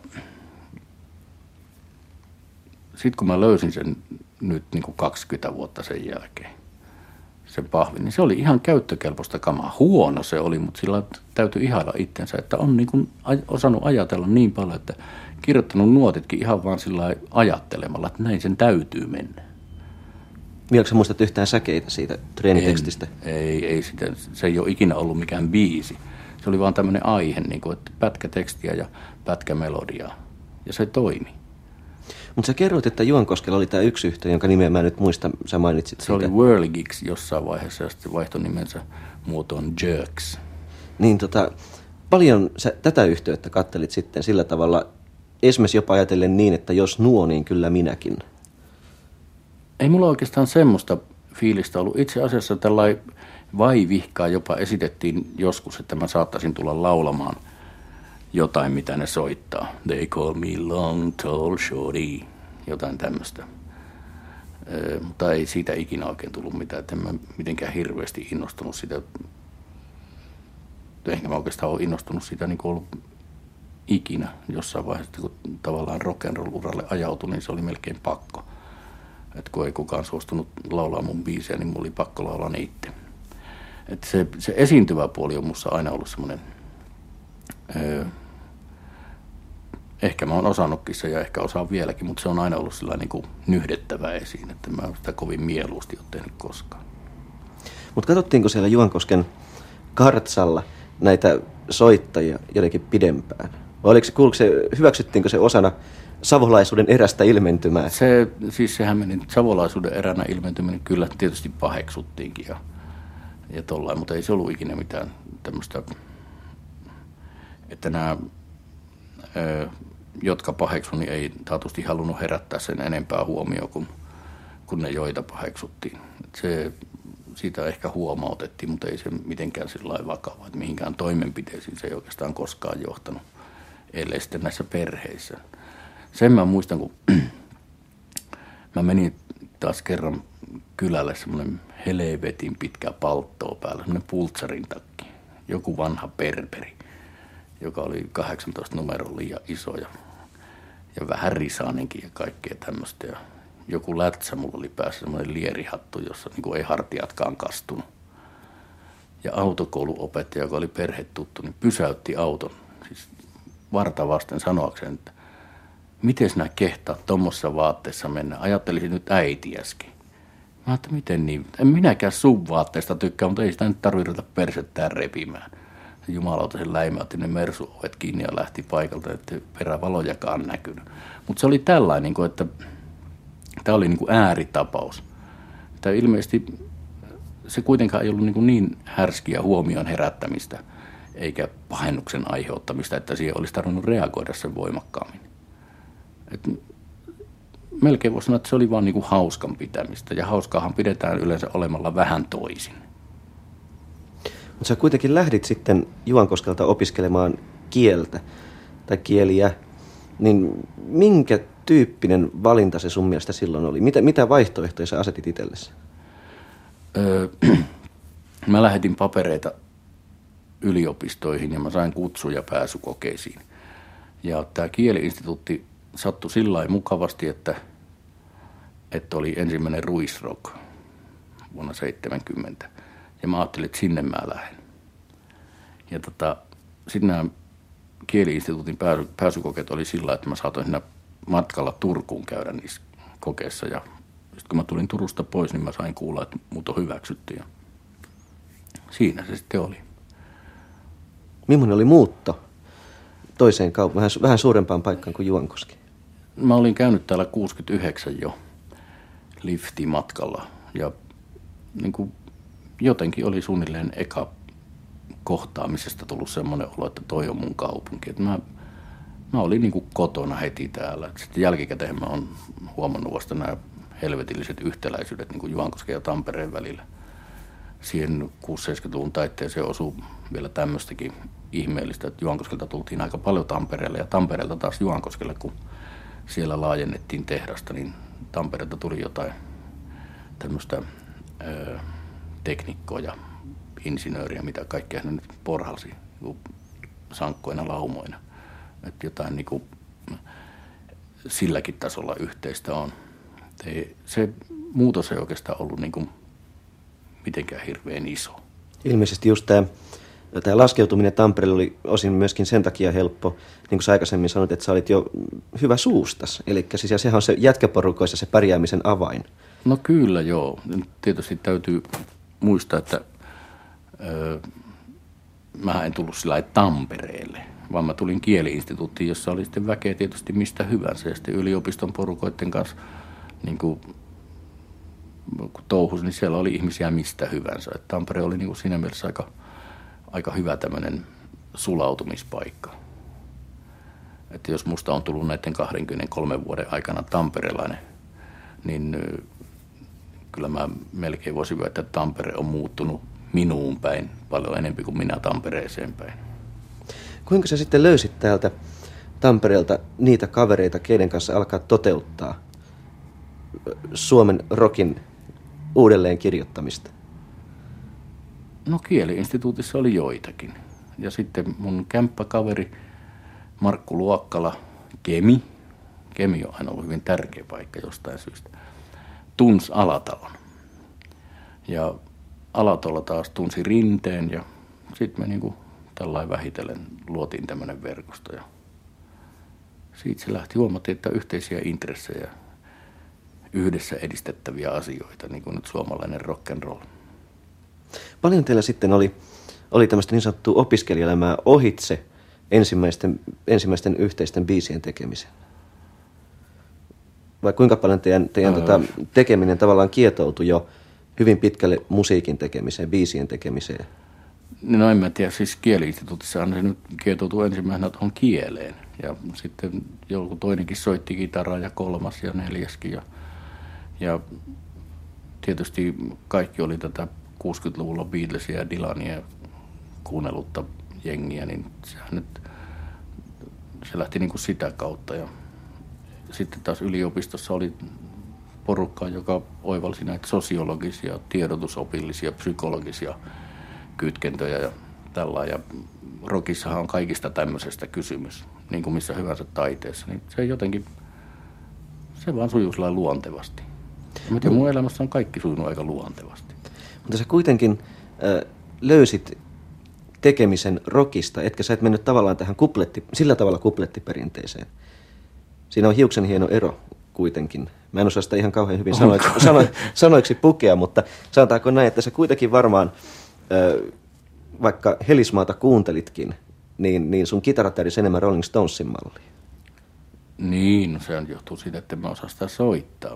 sitten kun mä löysin sen nyt niin kuin kaksikymmentä vuotta sen jälkeen, sen pahvin, niin se oli ihan käyttökelpoista kamaa. Huono se oli, mutta sillä täytyy ihailla itsensä, että on niin kuin osannut ajatella niin paljon, että kirjoittanut nuotitkin ihan vaan sillä ajattelemalla, että näin sen täytyy mennä. Vieläkö sä muistat yhtään säkeitä siitä treenitekstistä? En, ei, ei sitä, se ei ole ikinä ollut mikään biisi. Se oli vaan tämmöinen aihe, niin kuin, että pätkä tekstiä ja pätkä melodiaa. Ja se toimi. Mutta sä kerroit, että Juankoskella oli tämä yksi yhtye, jonka nimeä mä nyt muista, sä mainitsit se siitä. Oli Whirligigs jossain vaiheessa ja sitten vaihtoi nimensä muotoon Jerks. Niin tota, paljon sä tätä yhtyettä kattelit sitten sillä tavalla, esimerkiksi jopa ajatellen niin, että jos nuo, niin kyllä minäkin. Ei mulla oikeastaan semmoista fiilistä ollut. Itse asiassa tällainen vaivihkaa jopa esitettiin joskus, että mä saattaisin tulla laulamaan jotain, mitä ne soittaa. They call me long, tall, shorty. Jotain tämmöistä. Ö, mutta ei siitä ikinä oikein tullut mitään. Että en mä mitenkään hirveästi innostunut sitä. Ehkä mä oikeastaan ole innostunut sitä niin kuin ollut ikinä jossain vaiheessa, kun tavallaan rock'n'roll-uralle ajautui, niin se oli melkein pakko. Että kun ei kukaan suostunut laulaa mun biisejä, niin mulla oli pakko laulaa ne itse. Että se, se esiintyvä puoli on musta aina ollut semmoinen, öö, ehkä mä oon osannutkin se ja ehkä osaan vieläkin, mutta se on aina ollut sellainen niin kuin nyhdettävä esiin, että mä en sitä kovin mieluusti ole tehnyt koskaan. Mutta katsottiinko siellä Juankosken kartsalla näitä soittajia jotenkin pidempään? Vai oliko se, kuuluuko se, hyväksyttiinkö se osana savolaisuuden erästä ilmentymää? Se, siis sehän meni savolaisuuden eränä ilmentyminen, kyllä tietysti paheksuttiinkin ja, ja tollain, mutta ei se ollut ikinä mitään tämmöistä, että nämä, jotka paheksu, niin ei taatusti halunnut herättää sen enempää huomioon kuin, kuin ne, joita paheksuttiin. Se, siitä ehkä huomautettiin, mutta ei se mitenkään sillä lailla vakava, että mihinkään toimenpiteisiin se ei oikeastaan koskaan johtanut, ellei sitten näissä perheissä. Sen mä muistan, kun mä menin taas kerran kylälle semmoinen helvetin pitkä palttoo päällä, semmoinen pultsarin takki, joku vanha berberi, joka oli kahdeksantoista numeron liian iso ja, ja vähän risaanenkin ja kaikkea tämmöistä. Ja joku lätsä mulla oli päässä semmoinen lierihattu, jossa niin kuin ei hartiatkaan kastunut. Ja autokouluopettaja, joka oli perhetuttu, niin pysäytti auton, siis varta vasten sanoakseen, että miten sinä kehtaat tuommoisessa vaatteessa mennä? Ajattelisin nyt äitiäskin. Mä ajattelin, miten niin? En minäkään sun vaatteesta tykkää, mutta ei sitä nyt tarvitse ruveta persettään repimään. Jumalauta sen läimäytti ne mersuovet kiinni ja lähti paikalta, että perävalojakaan näkynyt. Mutta se oli tällainen, että tämä oli ääritapaus. Tämä ilmeisesti se kuitenkaan ei ollut niin, niin härskiä huomion herättämistä eikä pahennuksen aiheuttamista, että siihen olisi tarvinnut reagoida sen voimakkaammin. Et melkein voisi sanoa, että se oli vaan niin kuin hauskan pitämistä, ja hauskaahan pidetään yleensä olemalla vähän toisin. Mutta sä kuitenkin lähdit sitten Juankoskelta opiskelemaan kieltä tai kieliä, niin minkä tyyppinen valinta se sun mielestä silloin oli? Mitä, mitä vaihtoehtoja sä asetit itsellesi? Öö, mä lähetin papereita yliopistoihin ja mä sain kutsuja pääsykokeisiin. Ja tämä kieli-instituutti sattui sillä lailla mukavasti, että, että oli ensimmäinen Ruisrock vuonna seitsemänkymmentä. Ja mä ajattelin, että sinne mä lähden. Ja tota, sitten nämä kieli-instituutin pääsy, pääsykokeet oli sillä, että mä saatoin siinä matkalla Turkuun käydä niissä kokeissa. Ja sitten kun mä tulin Turusta pois, niin mä sain kuulla, että mut on hyväksytty. Ja siinä se sitten oli. Millainen oli muutto toiseen kaup- vähän, vähän suurempaan paikkaan kuin Juankoski? Mä olin käynyt täällä kuusikymmentäyhdeksän jo liftimatkalla. Ja niin kuin jotenkin oli suunnilleen eka kohtaamisesta tullut semmoinen olo, että toi on mun kaupunki. Että mä, mä olin niin kuin kotona heti täällä. Sitten jälkikäteen mä oon huomannut vasta nämä helvetilliset yhtäläisyydet niin kuin Juankosken ja Tampereen välillä. Siihen kuusikymmentä-seitsemänkymmentäluvun taitteeseen osui vielä tämmöistäkin ihmeellistä, että Juankoskelta tultiin aika paljon Tampereelle ja Tampereelta taas Juankoskelle, kun siellä laajennettiin tehdasta, niin Tampereelta tuli jotain tämmöistä ö, teknikkoa ja insinööriä, mitä kaikkea ne nyt porhalsi niin sankkoina laumoina. Että jotain niin kuin silläkin tasolla yhteistä on. Ei, se muutos ei oikeastaan ollut niin kuin mitenkään hirveän iso. Ilmeisesti just tämä, tämä laskeutuminen Tampereelle oli osin myöskin sen takia helppo, niin kuin sä aikaisemmin sanoit, että sä olit jo hyvä suustas. Eli siis, ja sehän on se jätkäporukoissa se pärjäämisen avain. No kyllä joo. Tietysti täytyy muistaa, että öö, mä en tullut sillä Tampereelle, vaan mä tulin kieli-instituuttiin, jossa oli sitten väkeä tietysti mistä hyvänsä. Ja sitten yliopiston porukoiden kanssa niin kuin kun touhus, niin siellä oli ihmisiä mistä hyvänsä. Et Tampere oli niin kuin siinä mielessä aika, aika hyvä tämmöinen sulautumispaikka. Että jos musta on tullut näiden kaksikymmentäkolme vuoden aikana tamperelainen, niin kyllä mä melkein voisin väittää, että Tampere on muuttunut minuun päin paljon enemmän kuin minä Tampereeseen päin. Kuinka sä sitten löysit täältä Tampereelta niitä kavereita, keiden kanssa alkaa toteuttaa Suomen rockin uudelleen kirjoittamista? No kieli-instituutissa oli joitakin. Ja sitten mun kämppäkaveri Markku Luokkala, Kemi. Kemi on aina ollut hyvin tärkeä paikka jostain syystä. Tunsi Alatalon. Ja Alatolla taas tunsi Rinteen ja sitten me niinku tällainen vähitellen luotiin tämmöinen verkosto. Ja siitä se lähti. Huomattiin, että yhteisiä intressejä, yhdessä edistettäviä asioita, niin kuin nyt suomalainen rock'n'roll. Paljon teillä sitten oli, oli tämmöistä niin sanottua opiskelijaelämää ohitse ensimmäisten, ensimmäisten yhteisten biisien tekemisen? Vai kuinka paljon teidän, teidän tota, tekeminen tavallaan kietoutui jo hyvin pitkälle musiikin tekemiseen, biisien tekemiseen? No en mä tiedä, siis kieli-instituutissahan se nyt kietoutuu ensimmäisenä tuohon kieleen. Ja sitten joku toinenkin soitti kitaraa ja kolmas ja neljäskin. Ja, ja tietysti kaikki oli tätä kuusikymmentäluvulla Beatlesia ja Dylania kuunnellutta jengiä, niin sehän nyt, se lähti niin kuin sitä kautta. Ja sitten taas yliopistossa oli porukkaa, joka oivalsi näitä sosiologisia, tiedotusopillisia, psykologisia kytkentöjä ja tällä. Ja rockissahan on kaikista tämmöisestä kysymys, niin kuin missä hyvänsä taiteessa. Niin se jotenkin, se vaan sujuu sellainen luontevasti. Ja tiedän, mun elämässä on kaikki sujunut aika luontevasti. Mutta sä kuitenkin äh, löysit tekemisen rockista, etkä sä et mennyt tavallaan tähän kupletti, sillä tavalla kuplettiperinteeseen. Siinä on hiuksen hieno ero kuitenkin. Mä en osaa sitä ihan kauhean hyvin sanoiksi, sano, sanoiksi pukea, mutta sanotaanko näin, että sä kuitenkin varmaan, äh, vaikka Helismaata kuuntelitkin, niin, niin sun kitara täydisi enemmän Rolling Stonesin malliin. Niin, no sehän johtuu siitä, että mä osaan sitä soittaa.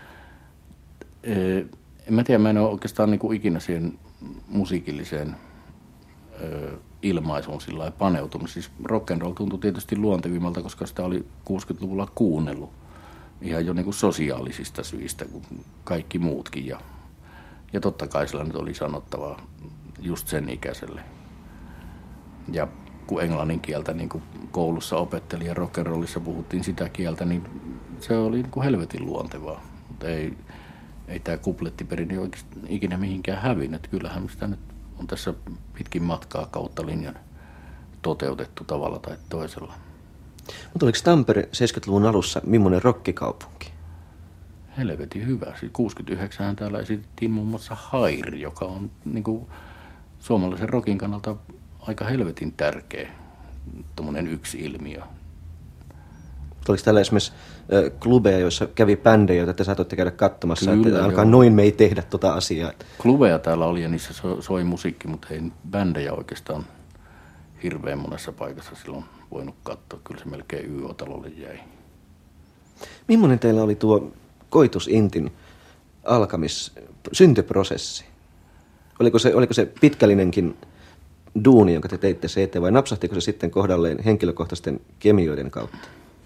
En mä tiedä, mä en ole oikeastaan niin kuin ikinä siihen musiikilliseen ö, ilmaisuun sillä lailla paneutunut. Siis rock'n'roll tuntui tietysti luontevimmalta, koska sitä oli kuusikymmentäluvulla kuunnellut ihan jo niin kuin sosiaalisista syistä kuin kaikki muutkin. Ja, ja totta kai sillä nyt oli sanottavaa just sen ikäiselle. Ja kun englannin kieltä niin kuin koulussa opetteli ja rock'n'rollissa puhuttiin sitä kieltä, niin se oli niin kuin helvetin luontevaa. Mutta ei... Ei tämä kuplettiperinne oikeasti ikinä mihinkään hävinnyt. Kyllähän sitä nyt on tässä pitkin matkaa kautta linjan toteutettu tavalla tai toisella. Mutta oliko Tampere seitsemänkymmentäluvun alussa millainen rokkikaupunki? Helvetin hyvä. Siis kuusikymmentäyhdeksän täällä esitettiin muun muassa Hair, joka on niin kuin suomalaisen rockin kannalta aika helvetin tärkeä tommoinen yksi ilmiö. Oliko täällä esimerkiksi äh, klubeja, joissa kävi bändejä, joita te saatoitte käydä katsomassa, Kyllä, että alkaa joo. noin me ei tehdä tota asiaa? Klubeja täällä oli ja niissä so, soi musiikki, mutta ei bändejä oikeastaan hirveän monessa paikassa silloin voinut katsoa. Kyllä se melkein Y O-talolle jäi. Millainen teillä oli tuo Koitus-Intin alkamis, syntyprosessi? Oliko se, oliko se pitkällinenkin duuni, jonka te teitte se eteen, vai napsahtiko se sitten kohdalleen henkilökohtaisten kemioiden kautta?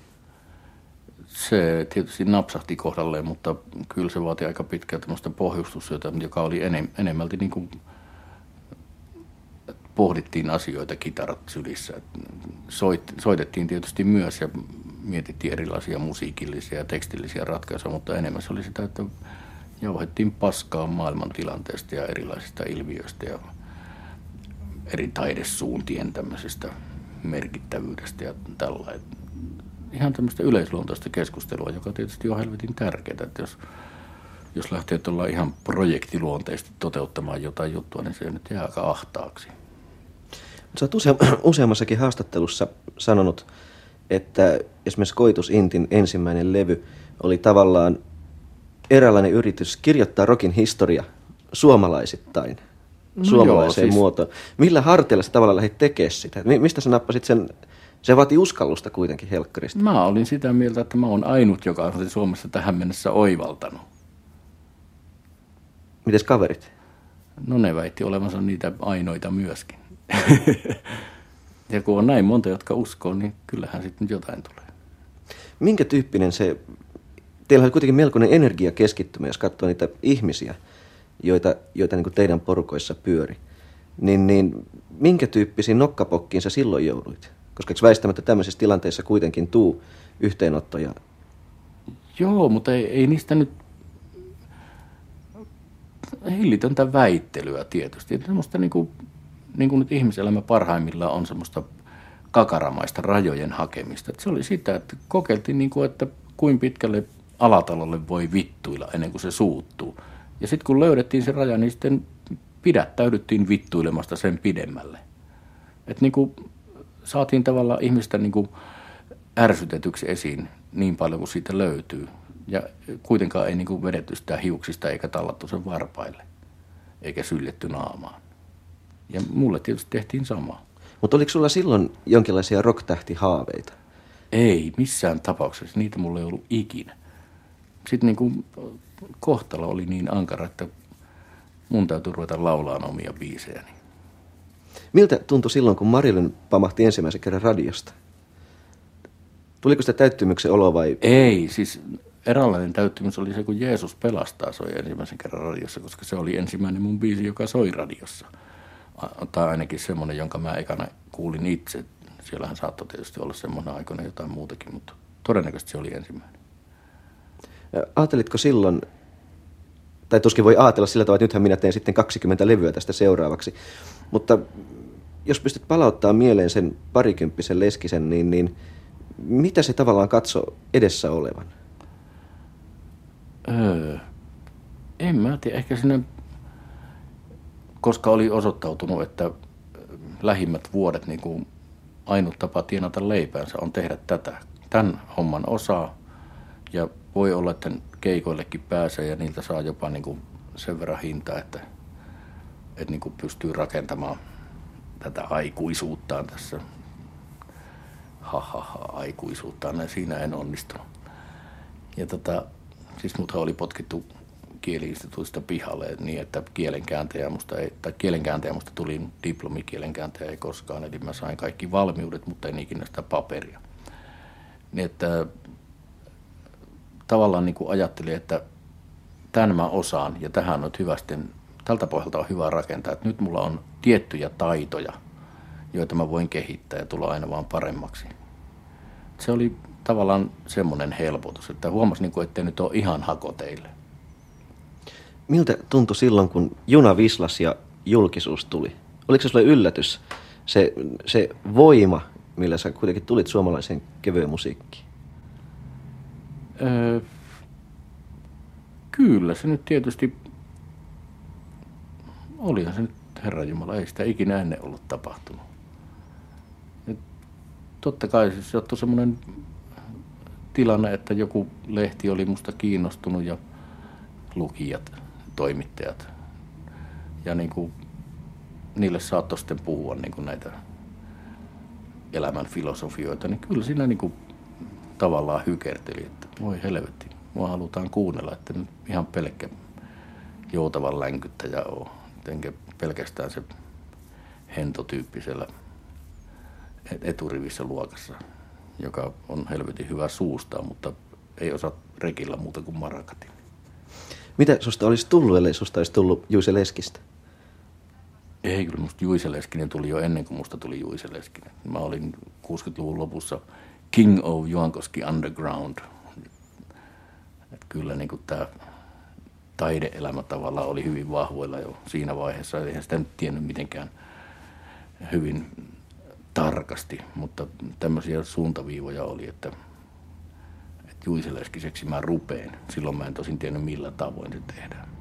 Se tietysti napsahti kohdalleen, mutta kyllä se vaati aika pitkää tämmöistä pohjustustyötä, joka oli enem, enemmälti niin kuin pohdittiin asioita kitarat sylissä. Soit, soitettiin tietysti myös ja mietittiin erilaisia musiikillisia ja tekstillisiä ratkaisuja, mutta enemmän se oli sitä, että jauhettiin paskaa maailman tilanteesta ja erilaisista ilmiöistä ja eri taidesuuntien tämmöisestä merkittävyydestä ja tällainen. Ihan tämmöistä yleisluontoista keskustelua, joka tietysti on helvetin tärkeää, että jos, jos lähtee tuolla ihan projektiluonteisesti toteuttamaan jotain juttua, niin se nyt jää aika ahtaaksi. Sä oot usea, useammassakin haastattelussa sanonut, että esimerkiksi Koitus-Intin ensimmäinen levy oli tavallaan eräänlainen yritys kirjoittaa rockin historia suomalaisittain, no suomalaiseen joo, siis... muotoon. Millä harteilla sä tavallaan lähdit tekemään sitä? Mistä sä nappasit sen? Se vaati uskallusta kuitenkin helkkarista. Mä olin sitä mieltä, että mä oon ainut, joka on Suomessa tähän mennessä oivaltanut. Mites kaverit? No ne väitti olevansa niitä ainoita myöskin. Ja kun on näin monta, jotka uskoo, niin kyllähän sitten jotain tulee. Minkä tyyppinen se, teillä on kuitenkin melkoinen energiakeskittymä, jos katsoo niitä ihmisiä, joita, joita niin kuin teidän porukoissa pyöri. Niin, niin minkä tyyppisiin nokkapokkiin sä silloin jouduit? Koska eikö väistämättä tämmöisissä tilanteissa kuitenkin tuu yhteenottoja? Joo, mutta ei, ei niistä nyt hillitöntä väittelyä tietysti. Semmoista niin kuin, niin kuin nyt ihmiselämä parhaimmillaan on semmoista kakaramaista rajojen hakemista. Että se oli sitä, että kokeiltiin, niin kuin, että kuinka pitkälle alatalolle voi vittuilla ennen kuin se suuttuu. Ja sitten kun löydettiin se raja, niin sitten pidättäydyttiin vittuilemasta sen pidemmälle. Että niin kuin saatiin tavallaan ihmistä niin kuin ärsytetyksi esiin niin paljon kuin siitä löytyy. Ja kuitenkaan ei niin kuin vedetty sitä hiuksista eikä tallattu sen varpaille, eikä syljetty naamaan. Ja mulle tietysti tehtiin sama. Mutta oliko sulla silloin jonkinlaisia rock-tähtihaaveita? Ei, missään tapauksessa. Niitä mulla ei ollut ikinä. Sitten niin kuin kohtalo oli niin ankara, että mun täytyy ruveta laulaan omia biisejäni. Miltä tuntui silloin, kun Marilyn pamahti ensimmäisen kerran radiosta? Tuliko sitä täyttymyksen olo vai? Ei, siis eräänlainen täyttymys oli se, kun Jeesus pelastaa soi ensimmäisen kerran radiossa, koska se oli ensimmäinen mun biisi, joka soi radiossa. Tai ainakin semmoinen, jonka mä ekana kuulin itse. Siellähän saattoi tietysti olla semmoinen aikoina jotain muutakin, mutta todennäköisesti se oli ensimmäinen. Aattelitko silloin, tai tuskin voi ajatella sillä tavalla, että nythän minä teen sitten kaksikymmentä levyä tästä seuraavaksi, mutta jos pystyt palauttamaan mieleen sen parikymppisen leskisen, niin, niin mitä se tavallaan katsoo edessä olevan? Öö, en mä tiedä, ehkä sinne, koska oli osoittautunut, että lähimmät vuodet niin kuin ainut tapa tienata leipäänsä on tehdä tätä. Tämän homman osaa ja voi olla, että keikoillekin pääsee ja niiltä saa jopa niin kuin sen verran hintaa, että, että niin kuin pystyy rakentamaan tätä aikuisuuttaan tässä. Ha, ha, ha, aikuisuuttaan, ja siinä en onnistunut. Ja tota, siis muthan oli potkittu kieli-instituutista pihalle niin, että kielenkääntäjä musta, ei, tai kielenkääntäjä musta tuli diplomikielenkääntäjä ei koskaan, eli mä sain kaikki valmiudet, mutta en ikinä sitä paperia. Niin että tavallaan niin kuin ajattelin, että tämän mä osaan ja tähän on hyvästi, tältä pohjalta on hyvä rakentaa, että nyt mulla on tiettyjä taitoja, joita mä voin kehittää ja tulla aina vaan paremmaksi. Se oli tavallaan semmoinen helpotus, että huomasin, niin kuin, ettei nyt ole ihan hakoteille. Miltä tuntui silloin, kun juna vislas ja julkisuus tuli? Oliko se sulle yllätys, se, se voima, millä sä kuitenkin tulit suomalaiseen kevyen musiikkiin? Öö, kyllä se nyt tietysti, olihan se nyt, Herranjumala, ei sitä ikinä ennen ollut tapahtunut. Et totta kai se sattui semmoinen tilanne, että joku lehti oli musta kiinnostunut ja lukijat, toimittajat. Ja niin kuin, niille saattoi sitten puhua niin kuin näitä elämän filosofioita, niin kyllä siinä niin kuin tavallaan hykerteli, että voi helvetti, mua halutaan kuunnella, että nyt ihan pelkkä joutavan länkyttäjä ole, enkä pelkästään se hentotyyppisellä eturivissä luokassa, joka on helvetin hyvä suustaan, mutta ei osaa rekillä muuta kuin marakatin. Mitä susta olisi tullut, ellei susta olisi tullut Juise Leskistä? Ei, kyllä musta Juise Leskinen tuli jo ennen kuin musta tuli Juise Leskinen. Mä olin kuusikymmentäluvun lopussa King of Juankoski Underground. Et kyllä niin kuin tää taide-elämä tavallaan oli hyvin vahvoilla jo siinä vaiheessa. Eihän sitä nyt tiennyt mitenkään hyvin tarkasti, mutta tämmöisiä suuntaviivoja oli, että, että Juise Leskiseksi mä rupeen. Silloin mä en tosin tiennyt millä tavoin se tehdään.